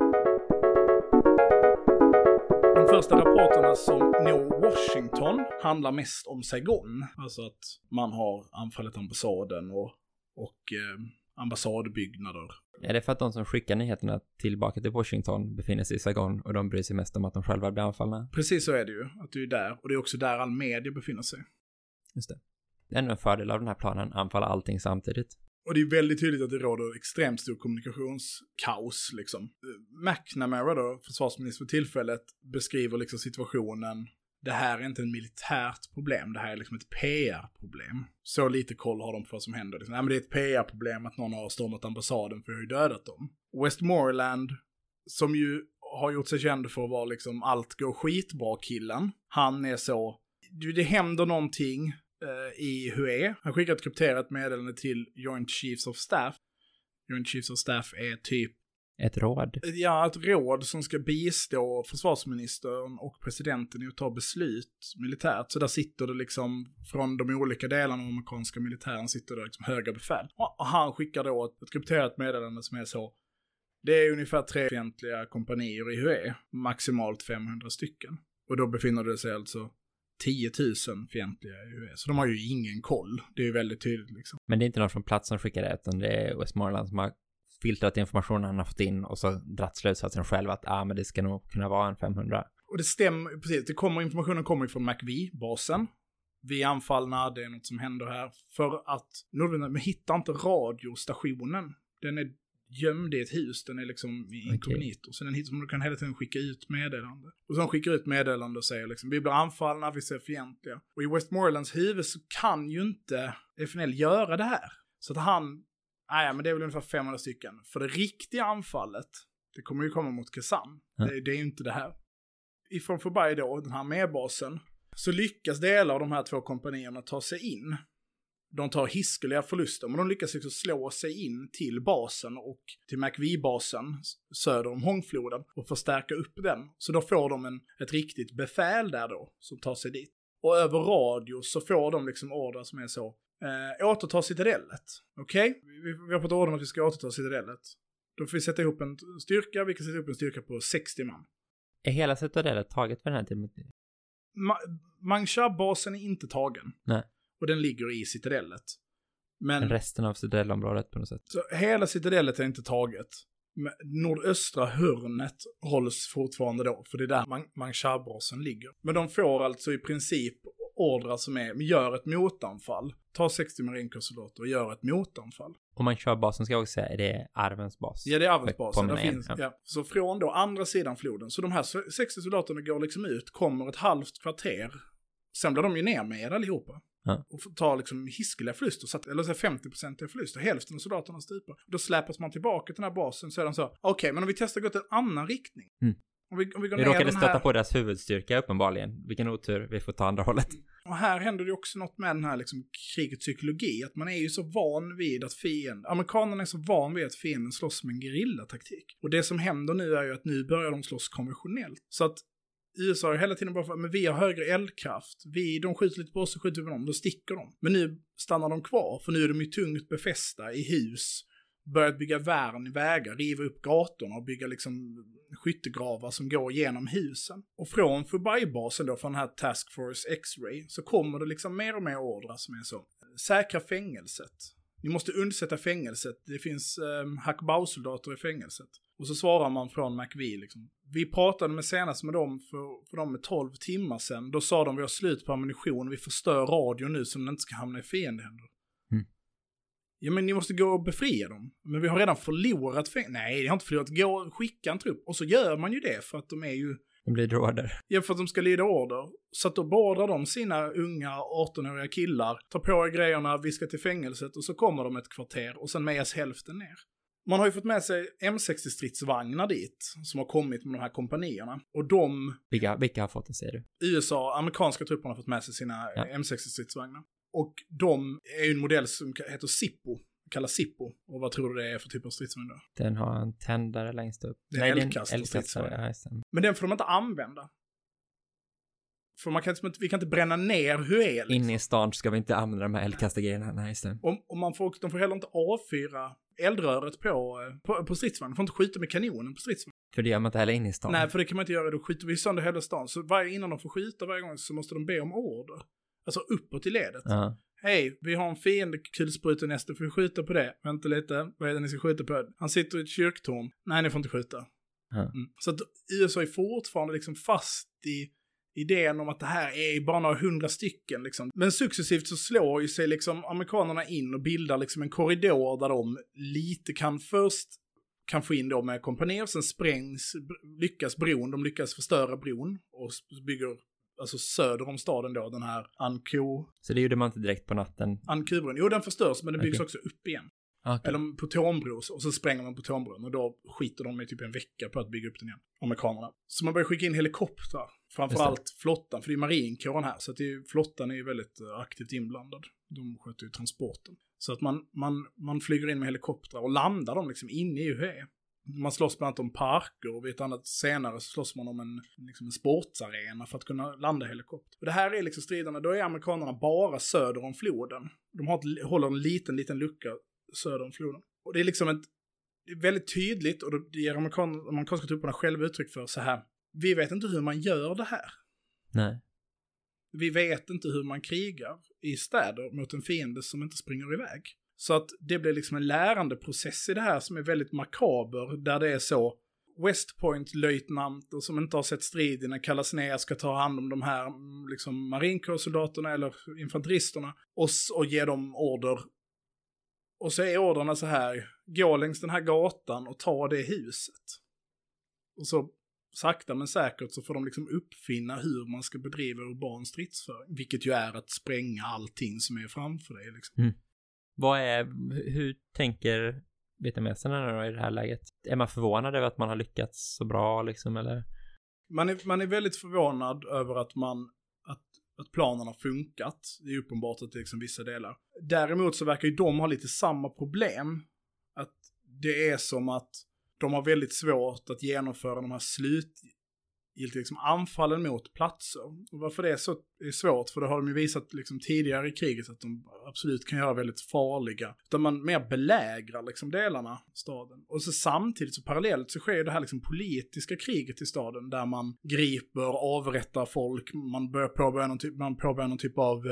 De första rapporterna som når Washington handlar mest om Saigon, alltså att man har anfallit ambassaden och ambassadbyggnader. Är det för att de som skickar nyheterna tillbaka till Washington befinner sig i Saigon och de bryr sig mest om att de själva blir anfallna? Precis så är det ju, att du är där. Och det är också där all media befinner sig. Just det. Ännu en fördel av den här planen, anfalla allting samtidigt. Och det är väldigt tydligt att det råder extremt stor kommunikationskaos liksom. McNamara då, försvarsminister för tillfället, beskriver liksom situationen. Det här är inte ett militärt problem, det här är liksom ett PR-problem. Så lite koll har de på vad som händer. Liksom. Nej, men det är ett PR-problem att någon har stormat ambassaden för att ha dödat dem. Westmoreland, som ju har gjort sig känd för att vara liksom allt går skitbra killen. Han är så, det händer någonting i Hue. Han skickar ett krypterat meddelande till Joint Chiefs of Staff. Joint Chiefs of Staff är typ ett råd? Ja, ett råd som ska bistå försvarsministern och presidenten i att ta beslut militärt. Så där sitter det liksom, från de olika delarna av amerikanska militären sitter det liksom höga befäl. Och han skickar då ett krypterat meddelande som är så: det är ungefär 3 fientliga kompanier i Hue, maximalt 500 stycken. Och då befinner det sig alltså 10 000 fientliga i Hue. Så de har ju ingen koll. Det är ju väldigt tydligt liksom. Men det är inte någon från plats som skickar det, utan det är Westmoreland som har filtrat informationen han har fått in och så dratt slutsatsen själv att men det ska nog kunna vara en 500. Och det stämmer, precis. Informationen kommer från McVie-basen. Vi är anfallna, det är något som händer här. För att Nordvietnam hittar inte radiostationen. Den är gömd i ett hus, den är liksom inkognito. Så den hittar som du kan hela tiden skicka ut meddelande. Och så de skickar ut meddelande och säger liksom, vi blir anfallna, vi ser fientliga. Och i Westmorelands huvud så kan ju inte FNL göra det här. Så att men det är väl ungefär 500 stycken. För det riktiga anfallet, det kommer ju komma mot Kazan. Det är ju inte det här. Ifrån förbi då, den här medbasen, så lyckas delar av de här 2 kompanierna ta sig in. De tar hiskeliga förluster, men de lyckas också slå sig in till basen och till McVie-basen söder om Hongfloden och förstärka upp den. Så då får de ett riktigt befäl där då, som tar sig dit. Och över radio så får de liksom order som är så, återta citadellet. Okej? Vi har fått order om att vi ska återta citadellet. Då får vi sätta ihop en styrka, vi kan sätta ihop en styrka på 60 man. Är hela citadellet taget för den här tiden? Mangshab-basen är inte tagen. Nej. Och den ligger i citadellet. Men resten av citadellområdet på något sätt. Så hela citadellet är inte taget. Men nordöstra hörnet hålls fortfarande då. För det är där Mangshab-basen ligger. Men de får alltså i princip ordrar som gör ett motanfall. Ta 60 marinkårssoldater och gör ett motanfall. Och Mangshab-basen ska jag också säga, är det Arvens bas? Ja, det är Arvens bas. Ja. Så från då andra sidan floden. Så de här 60 soldaterna går liksom ut, kommer ett halvt kvarter. Sen blir de ju ner med allihopa. Ja. Och tar liksom hiskeliga förluster, eller så 50% förluster, hälften av soldaterna stupar. Då släpas man tillbaka till den här basen, så är de så, okej, men om vi testar gå till en annan riktning. Om vi går vi ner råkade stöta här... på deras huvudstyrka uppenbarligen. Vilken otur, vi får ta andra hållet. Och här händer det också något med den här liksom krigets psykologi, att man är ju så van vid att amerikanerna är så van vid att fienden slåss med en gerillataktik. Och det som händer nu är ju att nu börjar de slåss konventionellt. Så att USA har hela tiden bara men vi har högre eldkraft. De skjuter lite på oss och skjuter på dem, då sticker de. Men nu stannar de kvar, för nu är de ju tungt befästa i hus. Börjat bygga värn i vägar, riva upp gatorna och bygga liksom skyttegravar som går genom husen. Och från Fubai-basen då, från den här Task Force X-Ray, så kommer det liksom mer och mer ordrar som är så. Säkra fängelset. Ni måste undsätta fängelset. Det finns Hakbau-soldater i fängelset. Och så svarar man från McVie liksom. Vi pratade senast med dem för dem med 12 timmar sedan. Då sa de vi har slut på ammunition. Vi förstör radio nu så den inte ska hamna i fiendehänder. Ja, men ni måste gå och befria dem. Men vi har redan förlorat Nej, jag har inte förlorat. Gå och skicka en trupp. Och så gör man ju det för att de är ju... De blir order. Ja, för att de ska lyda order. Så att då beordrar de sina unga 18-åriga killar. Ta på er grejerna, vi ska till fängelset. Och så kommer de ett kvarter och sen mejas hälften ner. Man har ju fått med sig M60-stridsvagnar dit. Som har kommit med de här kompanierna. Och de... Vilka har fått det, säger du? USA, amerikanska trupperna har fått med sig sina M60-stridsvagnar. Och de är ju en modell som heter Zippo. Kallas Zippo. Och vad tror du det är för typ av stridsvagn då? Den har en tändare längst upp. Det är eldkastare. Men den får de inte använda. För vi kan inte bränna ner Hue. Liksom. Inne i stan ska vi inte använda de här eldkastargrejerna. Nej, just det. Och de får heller inte avfyra eldröret på stridsvagnen. De får inte skjuta med kanonen på stridsvagnen. För det gör man inte heller inne i stan. Nej, för det kan man inte göra. Då skjuter vi sönder hela stan. Så innan de får skjuta varje gång så måste de be om order. Alltså uppåt i ledet. Hej, vi har en fiendekulspruta nästa, får vi skjuta på det? Vänta lite, vad är det ni ska skjuta på? Han sitter i ett kyrktorn. Nej, ni får inte skjuta. Så att USA är fortfarande liksom fast i idén om att det här är bara några 100 stycken liksom. Men successivt så slår ju sig liksom amerikanerna in och bildar liksom en korridor där de lite kan få in då med kompanier, sen lyckas bron, de lyckas förstöra bron och bygger alltså söder om staden då, den här Ankou. Så det gjorde man inte direkt på natten? Ankou-bron. Jo, den förstörs, men den byggs också upp igen. Eller på Potonbro, och så spränger man Potonbron och då skiter de i typ en vecka på att bygga upp den igen, amerikanerna. Så man börjar skicka in helikoptrar, framförallt flottan, för det är marinkåren här, så att flottan är ju väldigt aktivt inblandad. De sköter ju transporten. Så att man flyger in med helikoptrar och landar dem liksom inne i UHE. Man slåss bland annat om parker, och vid ett annat senare så slåss man om en sportsarena för att kunna landa helikopter. Och det här är liksom striderna, då är amerikanerna bara söder om floden. De håller en liten lucka söder om floden. Och det är liksom det är väldigt tydligt, och det ger amerikanska trupperna själva uttryck för så här: vi vet inte hur man gör det här. Nej. Vi vet inte hur man krigar i städer mot en fiende som inte springer iväg. Så att det blir liksom en lärandeprocess i det här som är väldigt makaber, där det är så West Point-löjtnanter som inte har sett striden kallas ner, ska ta hand om de här liksom marinkårssoldaterna eller infanteristerna och ge dem order. Och så är orderna så här, gå längs den här gatan och ta det huset. Och så sakta men säkert så får de liksom uppfinna hur man ska bedriva urban stridsföring. Vilket ju är att spränga allting som är framför dig. Liksom. Hur tänker vietnameserna då i det här läget? Är man förvånad över att man har lyckats så bra liksom, eller? Man är väldigt förvånad över att planen har funkat. Det är uppenbart att det är liksom vissa delar. Däremot så verkar ju de ha lite samma problem. Att det är som att de har väldigt svårt att genomföra de här slutgiltiga liksom anfallen mot platser. Och varför det är svårt, för det har de ju visat liksom tidigare i kriget att de absolut kan göra väldigt farliga. Utan man mer belägrar liksom delarna i staden. Och så samtidigt så parallellt så sker det här liksom politiska kriget i staden där man griper, avrättar folk, man påbörjar någon typ av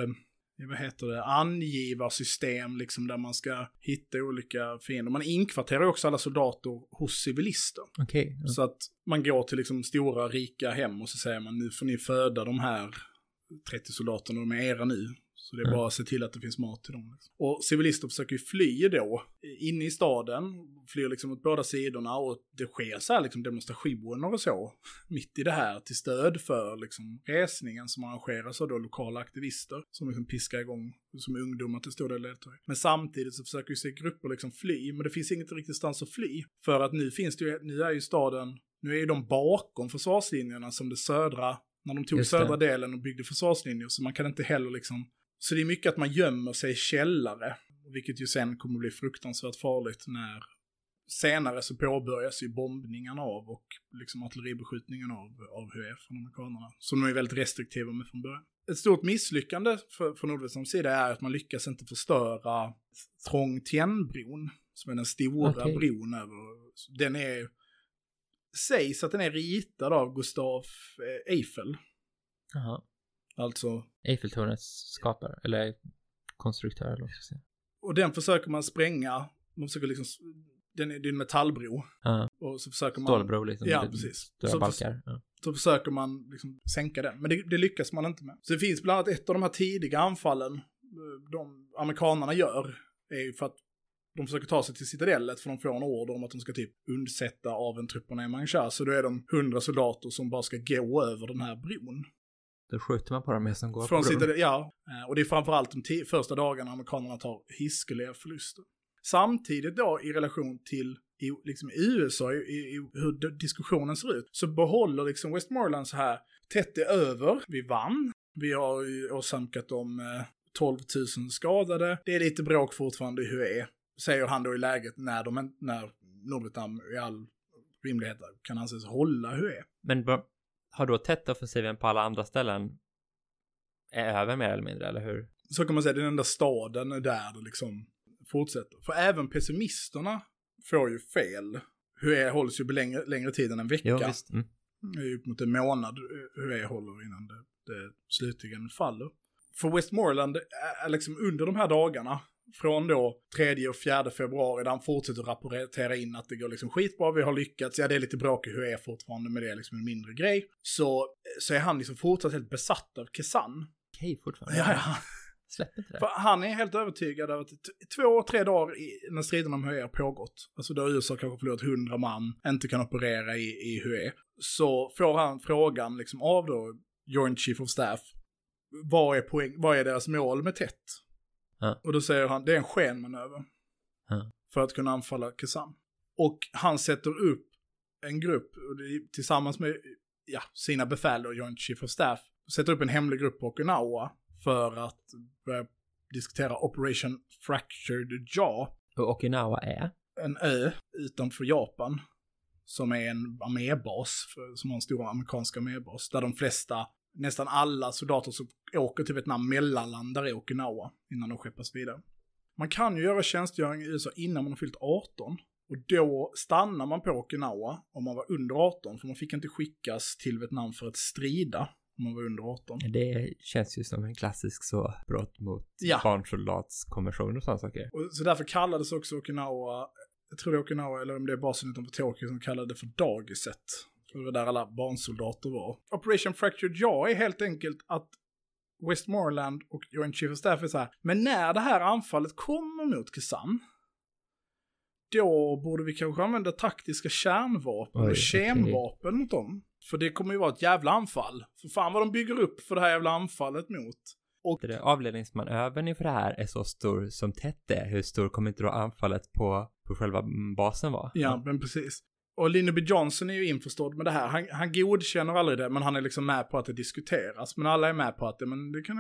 angivarsystem liksom, där man ska hitta olika fiender. Man inkvarterar också alla soldater hos civilister. Okay, ja. Så att man går till liksom stora rika hem och så säger man, nu får ni föda de här 30 soldaterna, de är era nu. Så det är bara att se till att det finns mat till dem. Liksom. Och civilister försöker ju fly då in i staden, flyr liksom åt båda sidorna, och det sker så här liksom demonstrationer och så mitt i det här till stöd för liksom resningen som arrangeras av då lokala aktivister som liksom piskar igång, som ungdomar till stor del deltar i. Men samtidigt så försöker ju se grupper liksom fly, men det finns inget riktigt stans att fly, för att nu är ju staden, nu är ju de bakom försvarslinjerna som det södra, när de tog södra delen och byggde försvarslinjer, så man kan inte heller liksom. Så det är mycket att man gömmer sig i källare, vilket ju sen kommer bli fruktansvärt farligt när senare så påbörjas ju bombningarna av och liksom artilleribeskjutningen av HF från amerikanerna, som de är väldigt restriktiva med från början. Ett stort misslyckande från Nordvietnams sida är att man lyckas inte förstöra Trong Thien-bron, som är den stora bron över. Den sägs att den är ritad av Gustav Eiffel. Jaha. Alltså Eiffeltornets skapare, eller konstruktör, eller vad ska jag säga. Och den försöker man spränga. Man försöker liksom, det är en metallbro. Och så försöker man. Stålbro liksom. Ja, precis. Stora balkar. Så försöker man liksom sänka den. Men det lyckas man inte med. Så det finns bland annat ett av de här tidiga anfallen de amerikanerna gör är ju för att de försöker ta sig till citadellet, för de får en order om att de ska typ undsätta av en trupperna i Mancha. Så då är de 100 soldater som bara ska gå över den här bron. Då skjuter man på dem med som går från på bron. Ja, och det är framförallt de första dagarna amerikanerna tar hiskeliga förluster. Samtidigt då i relation till liksom USA, i hur diskussionen ser ut, så behåller liksom Westmoreland så här, tätt är över, vi vann, vi har ju åsamkat dem 12 000 skadade, det är lite bråk fortfarande i Hue, säger han då i läget när Nordvietnam i all rimlighet kan anses hålla Hue. Men har då tätt-offensiven på alla andra ställen är över mer eller mindre, eller hur? Så kan man säga, den enda staden är där det liksom fortsätter. För även pessimisterna får ju fel. Hue hålls ju på längre tid än en vecka. Jo, visst. Det är upp mot en månad Hue håller innan det slutligen faller. För Westmoreland är liksom under de här dagarna, från då 3 och 4 februari, där han fortsätter att rapportera in att det går liksom skitbra, vi har lyckats, ja det är lite bråk i Hue fortfarande, men det är liksom en mindre grej. Så är han liksom fortsatt helt besatt av Khe Sanh. Okej, fortfarande. Ja. Släpp inte det. För han är helt övertygad av att 2-3 dagar när striden om Hue har pågått, alltså då USA kanske förlorat 100 man, inte kan operera i Hue, så får han frågan liksom av då Joint Chief of Staff, vad är deras mål med tätt? Och då säger han, det är en skenmanöver för att kunna anfalla Khe Sanh. Och han sätter upp en grupp tillsammans med sina befäl och Joint Chief of Staff, sätter upp en hemlig grupp på Okinawa för att börja diskutera Operation Fractured Jaw. Och Okinawa är? En ö utanför Japan som är en armébas, som har en stor amerikansk armébas, där de flesta, nästan alla soldater som åker till Vietnam mellanlandar i Okinawa innan de skeppas vidare. Man kan ju göra tjänstgöring i USA innan man har fyllt 18. Och då stannar man på Okinawa om man var under 18. För man fick inte skickas till Vietnam för att strida. om man var under 18. Det känns ju som en klassisk så brott mot barnsoldatskonvention och sådana saker. Och så därför kallades också Okinawa, jag tror det är Okinawa eller om det är basen utanför Tokyo som kallade det för dagiset. För det var där alla barnsoldater var. Operation Fractured Jaw är helt enkelt att Westmoreland och Joint Chief of Staff är så här, men när det här anfallet kommer mot Kazan, då borde vi kanske använda taktiska kärnvapen och kemvapen mot dem. För det kommer ju vara ett jävla anfall. För fan vad de bygger upp för det här jävla anfallet mot. Och avledningsmanövern inför det här är så stor som tätt är. Hur stor kommer inte då anfallet på själva basen vara? Ja, men precis. Och Lyndon B. Johnson är ju införstådd med det här. Han godkänner aldrig det, men han är liksom med på att det diskuteras. Men alla är med på att det, men det kan ju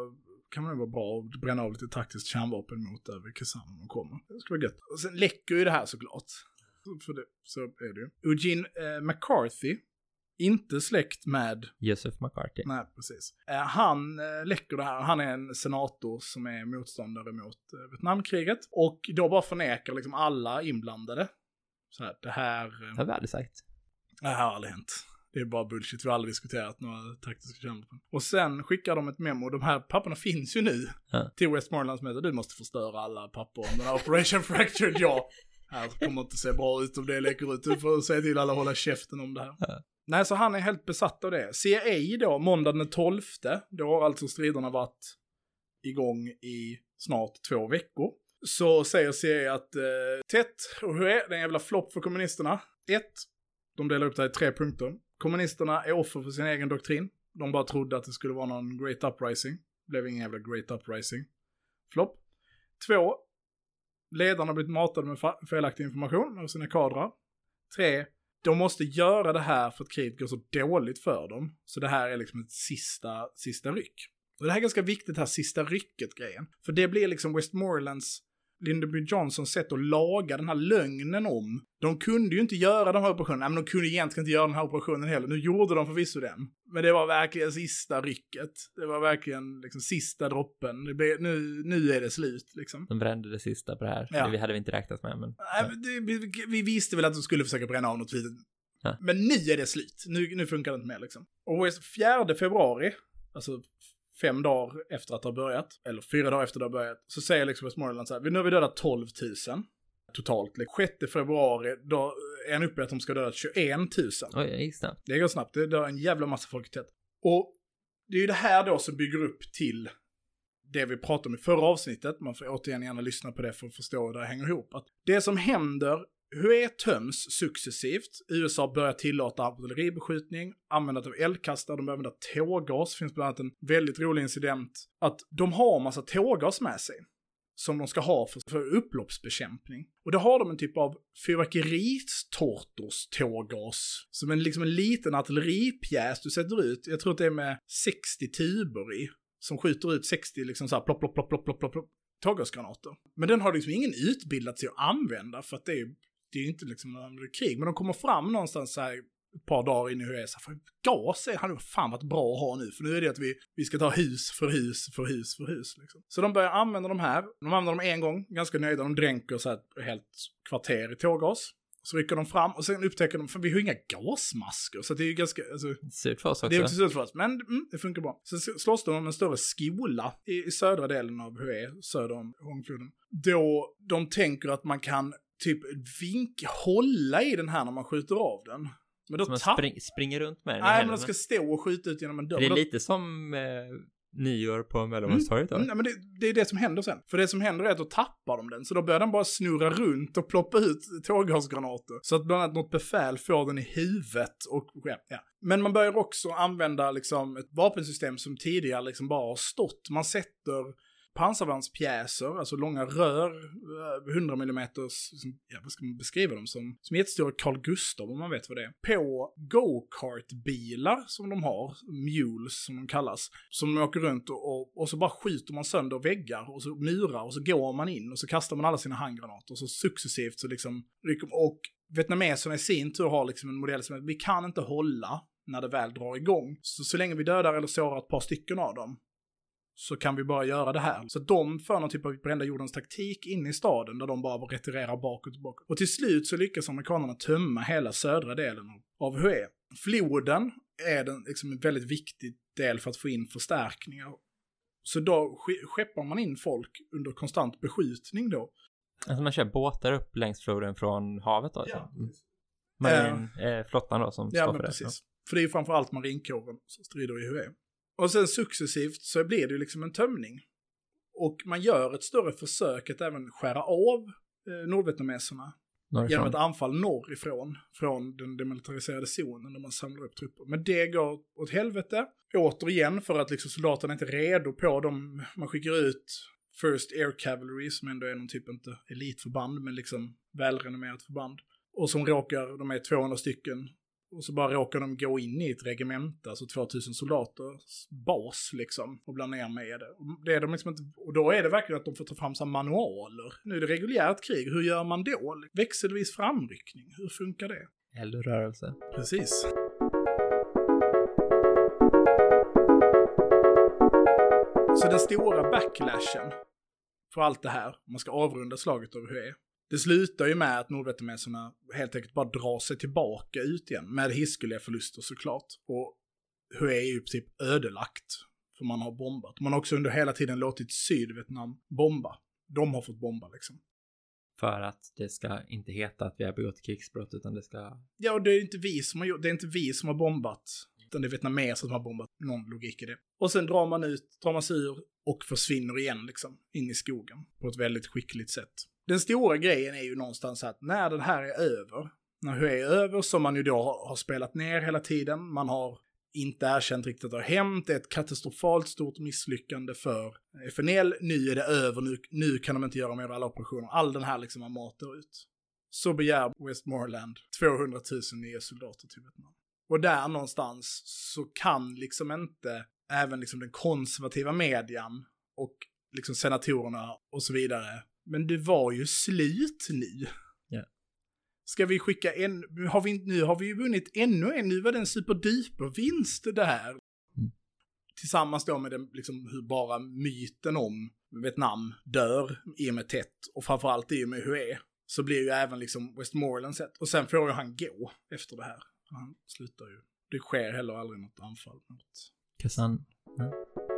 vara bra att bränna av lite taktiskt kärnvapen mot över Kazan om de kommer. Det skulle vara gött. Och sen läcker ju det här såklart. För det, så är det ju. Eugene McCarthy, inte släkt med Joseph McCarthy. Nej, precis. Han läcker det här. Han är en senator som är motståndare mot Vietnamkriget. Och då bara förnekar liksom alla inblandade. Så här, det här... Det har vi aldrig sagt. Det här har aldrig hänt. Det är bara bullshit. Vi har aldrig diskuterat några taktiska kärnvapen. Och sen skickar de ett memo. De här papperna finns ju nu till Westmoreland som heter du måste förstöra alla papper om den här Operation Fractured Jaw. Här kommer inte se bra ut om det läcker ut. Du får säga till alla att hålla käften om det här. Nej, så han är helt besatt av det. CIA då, måndagen den 12. Då har alltså striderna varit igång i snart 2 veckor. Så säger CIA att Tet och hur är det en jävla flopp för kommunisterna? 1. De delar upp det här i 3 punkter. Kommunisterna är offer för sin egen doktrin. De bara trodde att det skulle vara någon great uprising. Det blev ingen jävla great uprising. Flopp. 2. Ledarna har blivit matade med felaktig information av sina kadrar. 3. De måste göra det här för att kriget går så dåligt för dem. Så det här är liksom ett sista ryck. Och det här är ganska viktigt, det här sista rycket-grejen. För det blir liksom Westmorelands, Lyndon B. Johnsons sätt att laga den här lögnen om. De kunde ju inte göra de här operationerna. Men de kunde egentligen inte göra den här operationen heller. Nu gjorde de förvisso den. Men det var verkligen sista rycket. Det var verkligen liksom sista droppen. Nu är det slut liksom. De brände det sista på det här. Ja. Det hade vi inte räknat med. Men... Vi visste väl att de skulle försöka bränna av något vidare. Ja. Men nu är det slut. Nu funkar det inte mer liksom. Och 4 februari, alltså 5 dagar efter att det har börjat, eller 4 dagar efter att det har börjat, så säger liksom Westmoreland så här, nu har vi dödat 12 000 totalt. 6 februari, då är han uppe att de ska döda 21 000. Oj, det gick snabbt. Det går snabbt, det är en jävla massa folk tätt. Och det är ju det här då som bygger upp till det vi pratade om i förra avsnittet. Man får återigen gärna lyssna på det för att förstå hur det hänger ihop. Att det som händer, hur töms successivt. USA börjar tillåta artilleribeskjutning, användandet av eldkastare, de börjar använda tårgas. Det finns bland annat en väldigt rolig incident att de har en massa tårgas med sig som de ska ha för upploppsbekämpning. Och då har de en typ av fyrverkerittortors tårgas som liksom en liten artilleripjäs du sätter ut. Jag tror att det är med 60 tuber i som skjuter ut 60 liksom så här plopp, plopp, plopp, plopp, plopp, plopp, tårgasgranater. Men den har liksom ingen utbildat sig att använda för att det är ju inte liksom krig. Men de kommer fram någonstans så här ett par dagar in i hur det är så här, för gas hade fan varit bra att ha nu. För nu är det att vi ska ta hus för hus för hus för hus. Liksom. Så de börjar använda de här. De använder dem en gång, ganska nöjda. De dränker så här ett helt kvarter i tårgas. Så rycker de fram och sen upptäcker de, för vi har inga gasmasker. Så det är ju ganska... Alltså, surt för oss också. Det är också surt för oss, men det funkar bra. Så slåss de om en större skola i södra delen av Hue, söder om Hongfloden. Då de tänker att man kan typ hålla i den här när man skjuter av den. Men då man springer runt med den. Nej, men de ska stå och skjuta ut genom en dörr. Det är lite som nyår på Mellantorget. Nej, men det är det som händer sen. För det som händer är att då tappar de den. Så då börjar den bara snurra runt och ploppa ut tårgasgranater. Så att bland annat något befäl får den i huvudet. Och, ja. Men man börjar också använda liksom ett vapensystem som tidigare liksom bara har stått. Man sätter pansarvagnspjäser, alltså långa rör, 100 mm, vad ska man beskriva dem som jättestora Carl Gustaf, om man vet vad det är, på go-kart-bilar som de har, mules som de kallas, som de åker runt och så bara skjuter man sönder väggar och så murar och så går man in och så kastar man alla sina handgranater och så successivt så liksom, och vietnameserna i sin tur har liksom en modell som är, vi kan inte hålla när det väl drar igång, så länge vi dödar eller sårar ett par stycken av dem så kan vi bara göra det här. Så de för någon typ av brända jordens taktik in i staden där de bara retirerar bakåt och bakåt. Och till slut så lyckas amerikanerna tömma hela södra delen av Hue. Floden är den liksom ett väldigt viktigt del för att få in förstärkningar. Så då skeppar man in folk under konstant beskjutning då. Alltså man kör båtar upp längs floden från havet då? Ja. Flottan då som står för det. Precis. För det är ju framförallt marinkåren som strider i HE. Och sen successivt så blir det ju liksom en tömning. Och man gör ett större försök att även skära av nordvietnameserna genom ett anfall norrifrån, från den demilitariserade zonen där man samlar upp trupper. Men det går åt helvete, återigen, för att liksom soldaterna inte är redo på dem. Man skickar ut First Air Cavalry, som ändå är någon typ, inte elitförband, men liksom välrenommerat förband. Och som de är 200 stycken. Och så bara råkar de gå in i ett regemente, alltså 2000 soldaters bas liksom, och blir ner med det. Och det är de liksom inte, och då är det verkligen att de får ta fram så manualer. Nu är det reguljärt krig, hur gör man då? Växelvis framryckning, hur funkar det? Eldrörelse. Precis. Så den stora backlashen för allt det här, om man ska avrunda slaget av Hue, det slutar ju med att nordvietnameserna helt enkelt bara drar sig tillbaka ut igen med hiskeliga förluster såklart. Och Hue är ju typ ödelagt för man har bombat. Man har också under hela tiden låtit Sydvietnam bomba. De har fått bomba liksom. För att det ska inte heta att vi har begått krigsbrott, utan det ska... Ja, och det är inte vi som har gjort, det är inte vi som har bombat, utan det är vietnameser som har bombat. Någon logik i det. Och sen drar man sig ur och försvinner igen liksom, in i skogen på ett väldigt skickligt sätt. Den stora grejen är ju någonstans att när den här är över, när Hue är över, som man ju då har spelat ner hela tiden, man har inte erkänt riktigt att det har hänt, det är ett katastrofalt stort misslyckande för FNL, nu är det över, nu kan de inte göra mer alla operationer, all den här liksom man matar ut. Så begär Westmoreland 200 000 nya soldater till Vietnam. Och där någonstans så kan liksom inte även liksom den konservativa median och liksom senatorerna och så vidare, men det var ju slut nu. Yeah. Ska vi skicka nu har vi ju vunnit ännu en, nu var det en superduper vinst det här. Mm. Tillsammans då med den, liksom, hur bara myten om Vietnam dör i och med Tet, och framförallt i och med Hue, så blir ju även liksom Westmoreland sett. Och sen får ju han gå efter det här. Han slutar ju. Det sker heller aldrig något anfall mot Kazan. Mm.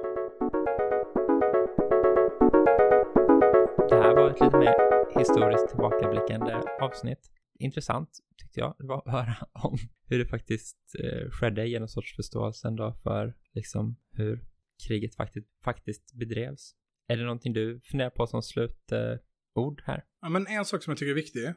Det här var ett lite mer historiskt tillbakablickande avsnitt. Intressant tyckte jag, det var att höra om hur det faktiskt skedde genom sorts förståelsen då för liksom hur kriget faktiskt bedrevs. Är det någonting du funderar på som slutord här? Ja, men en sak som jag tycker är viktig,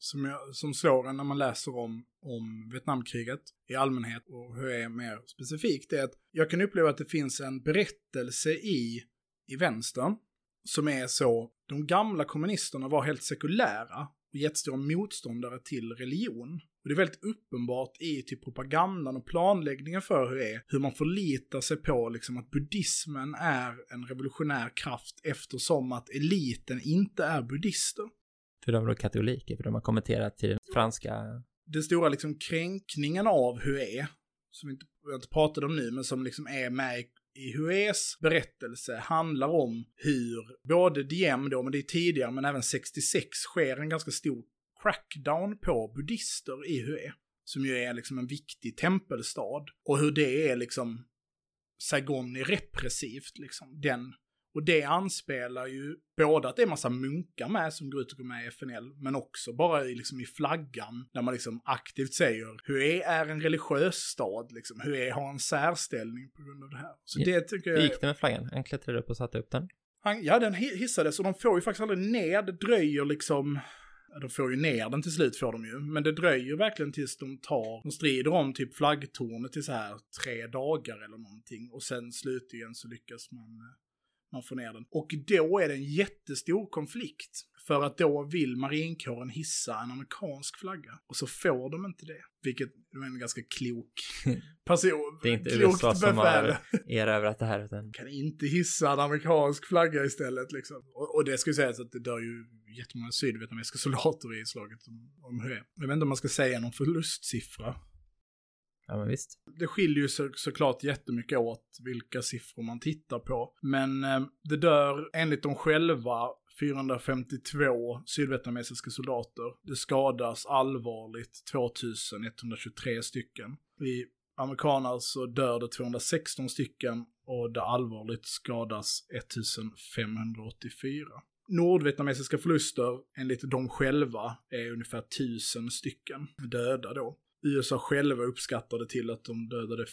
som slår en när man läser om Vietnamkriget i allmänhet och hur det är mer specifikt, är att jag kan uppleva att det finns en berättelse i vänstern som är så, de gamla kommunisterna var helt sekulära och jättestora motståndare till religion. Och det är väldigt uppenbart i typ propagandan och planläggningen för hur man förlitar sig på liksom att buddhismen är en revolutionär kraft eftersom att eliten inte är buddhister. För de är katoliker, för de har kommenterat till den franska... Den stora liksom kränkningen av Hue, som vi inte pratade om nu, men som liksom är med i Hues berättelse, handlar om hur både Diem då, men det är tidigare, men även 66 sker en ganska stor crackdown på buddhister i Hue, som ju är liksom en viktig tempelstad, och hur det är liksom Saigon är repressivt liksom, och det anspelar ju både att det är massa munkar med som går ut och går med i FNL, men också bara liksom i flaggan där man liksom aktivt säger Hue är en religiös stad, liksom. Hue har en särställning på grund av det här. Så det tycker jag... Hur gick det med flaggan? Han klättrade upp och satte upp den? Ja, den hissades, och de får ju faktiskt aldrig ner, det dröjer liksom... De får ju ner den till slut, får de ju. Men det dröjer verkligen tills de strider om typ flaggtornet i så här 3 dagar eller någonting. Och sen slutligen så lyckas man får ner den. Och då är det en jättestor konflikt. För att då vill marinkåren hissa en amerikansk flagga. Och så får de inte det. Vilket är en ganska klok person. Det är inte USA som har erövrat det här. Utan... Kan inte hissa en amerikansk flagga istället liksom. Och det skulle sägas att det dör ju jättemånga sydvietnamesiska soldater i slaget om Hue. Jag vet inte om man ska säga någon förlustsiffra. Ja, men visst. Det skiljer ju såklart jättemycket åt vilka siffror man tittar på. Men det dör enligt dem själva 452 sydvietnamesiska soldater. Det skadas allvarligt 2123 stycken. I amerikaner så dör det 216 stycken och det allvarligt skadas 1584. Nordvietnamesiska förluster enligt dem själva är ungefär 1000 stycken döda då. USA själva uppskattade till att de dödade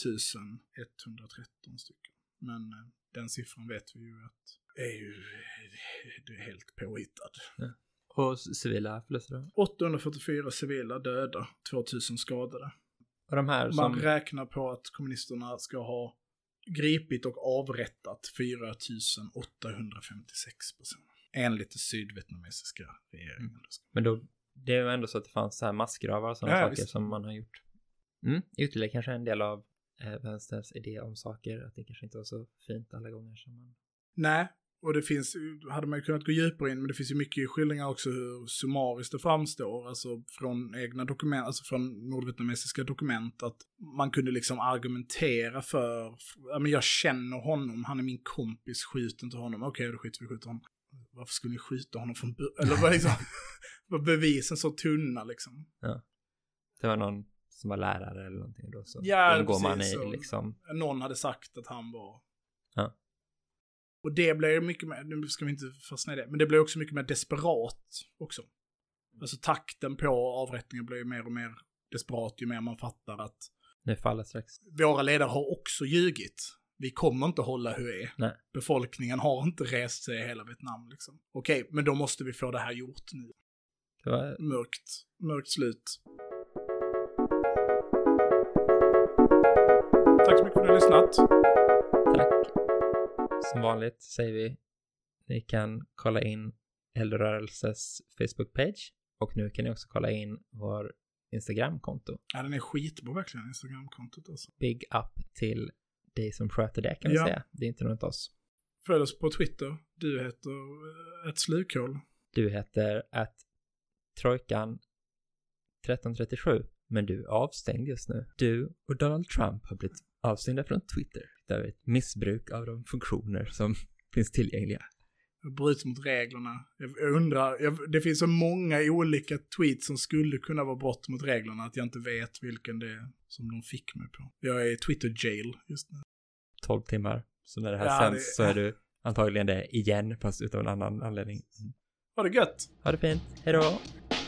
5113 stycken. Men den siffran vet vi ju att det är helt påhittad. Ja. Och civila förluster då? 844 civila döda, 2000 skadade. Och de här Man räknar på att kommunisterna ska ha gripit och avrättat 4856 personer. Enligt den sydvietnamesiska regeringen. Men då, det är ju ändå så att det fanns så här massgravar och sådana saker som man har gjort. Ytterligare kanske en del av vänsterns idé om saker, att det kanske inte var så fint alla gånger som man... Nej, och det finns, hade man ju kunnat gå djupare in, men det finns ju mycket skildringar också hur summariskt det framstår, alltså från egna dokument, alltså från nordvietnamesiska dokument, att man kunde liksom argumentera för, ja men jag känner honom, han är min kompis, skjut inte honom, okej, då skjuter honom. Varför skulle ni skjuta honom från eller var liksom, var bevisen så tunna liksom? Ja. Det var någon som var lärare eller någonting då, så ja, går man i så, liksom... Någon hade sagt att han var... Ja. Och det blev mycket mer, nu ska vi inte fastna i det, men det blev också mycket mer desperat också. Alltså takten på avrättningen blev mer och mer desperat ju mer man fattar att nu faller strax. Våra ledare har också ljugit. Vi kommer inte hålla Hue. Nej. Befolkningen har inte rest sig i hela Vietnam liksom. Okej, men då måste vi få det här gjort nu. Det var... Mörkt slut. Tack så mycket för att du har lyssnat. Tack. Som vanligt säger vi, ni kan kolla in Eldrörelses Facebook-page och nu kan ni också kolla in vår Instagram-konto. Ja, den är skitbra verkligen, Instagram-kontot alltså. Big up till dig som sköter det kan vi säga. Det är inte runt oss. Följ oss på Twitter. Du heter @slukhål. Du heter @trojkan1337. Men du är avstängd just nu. Du och Donald Trump har blivit avstängda från Twitter. Det är ett missbruk av de funktioner som finns tillgängliga. Jag bryter mot reglerna. Jag undrar, det finns så många olika tweets som skulle kunna vara brott mot reglerna att jag inte vet vilken det är som de fick mig på. Jag är i Twitter jail just nu. 12 timmar. Så när det här sänds så är du antagligen det igen fast utav en annan anledning. Ha det gött! Ha det fint. Hej då!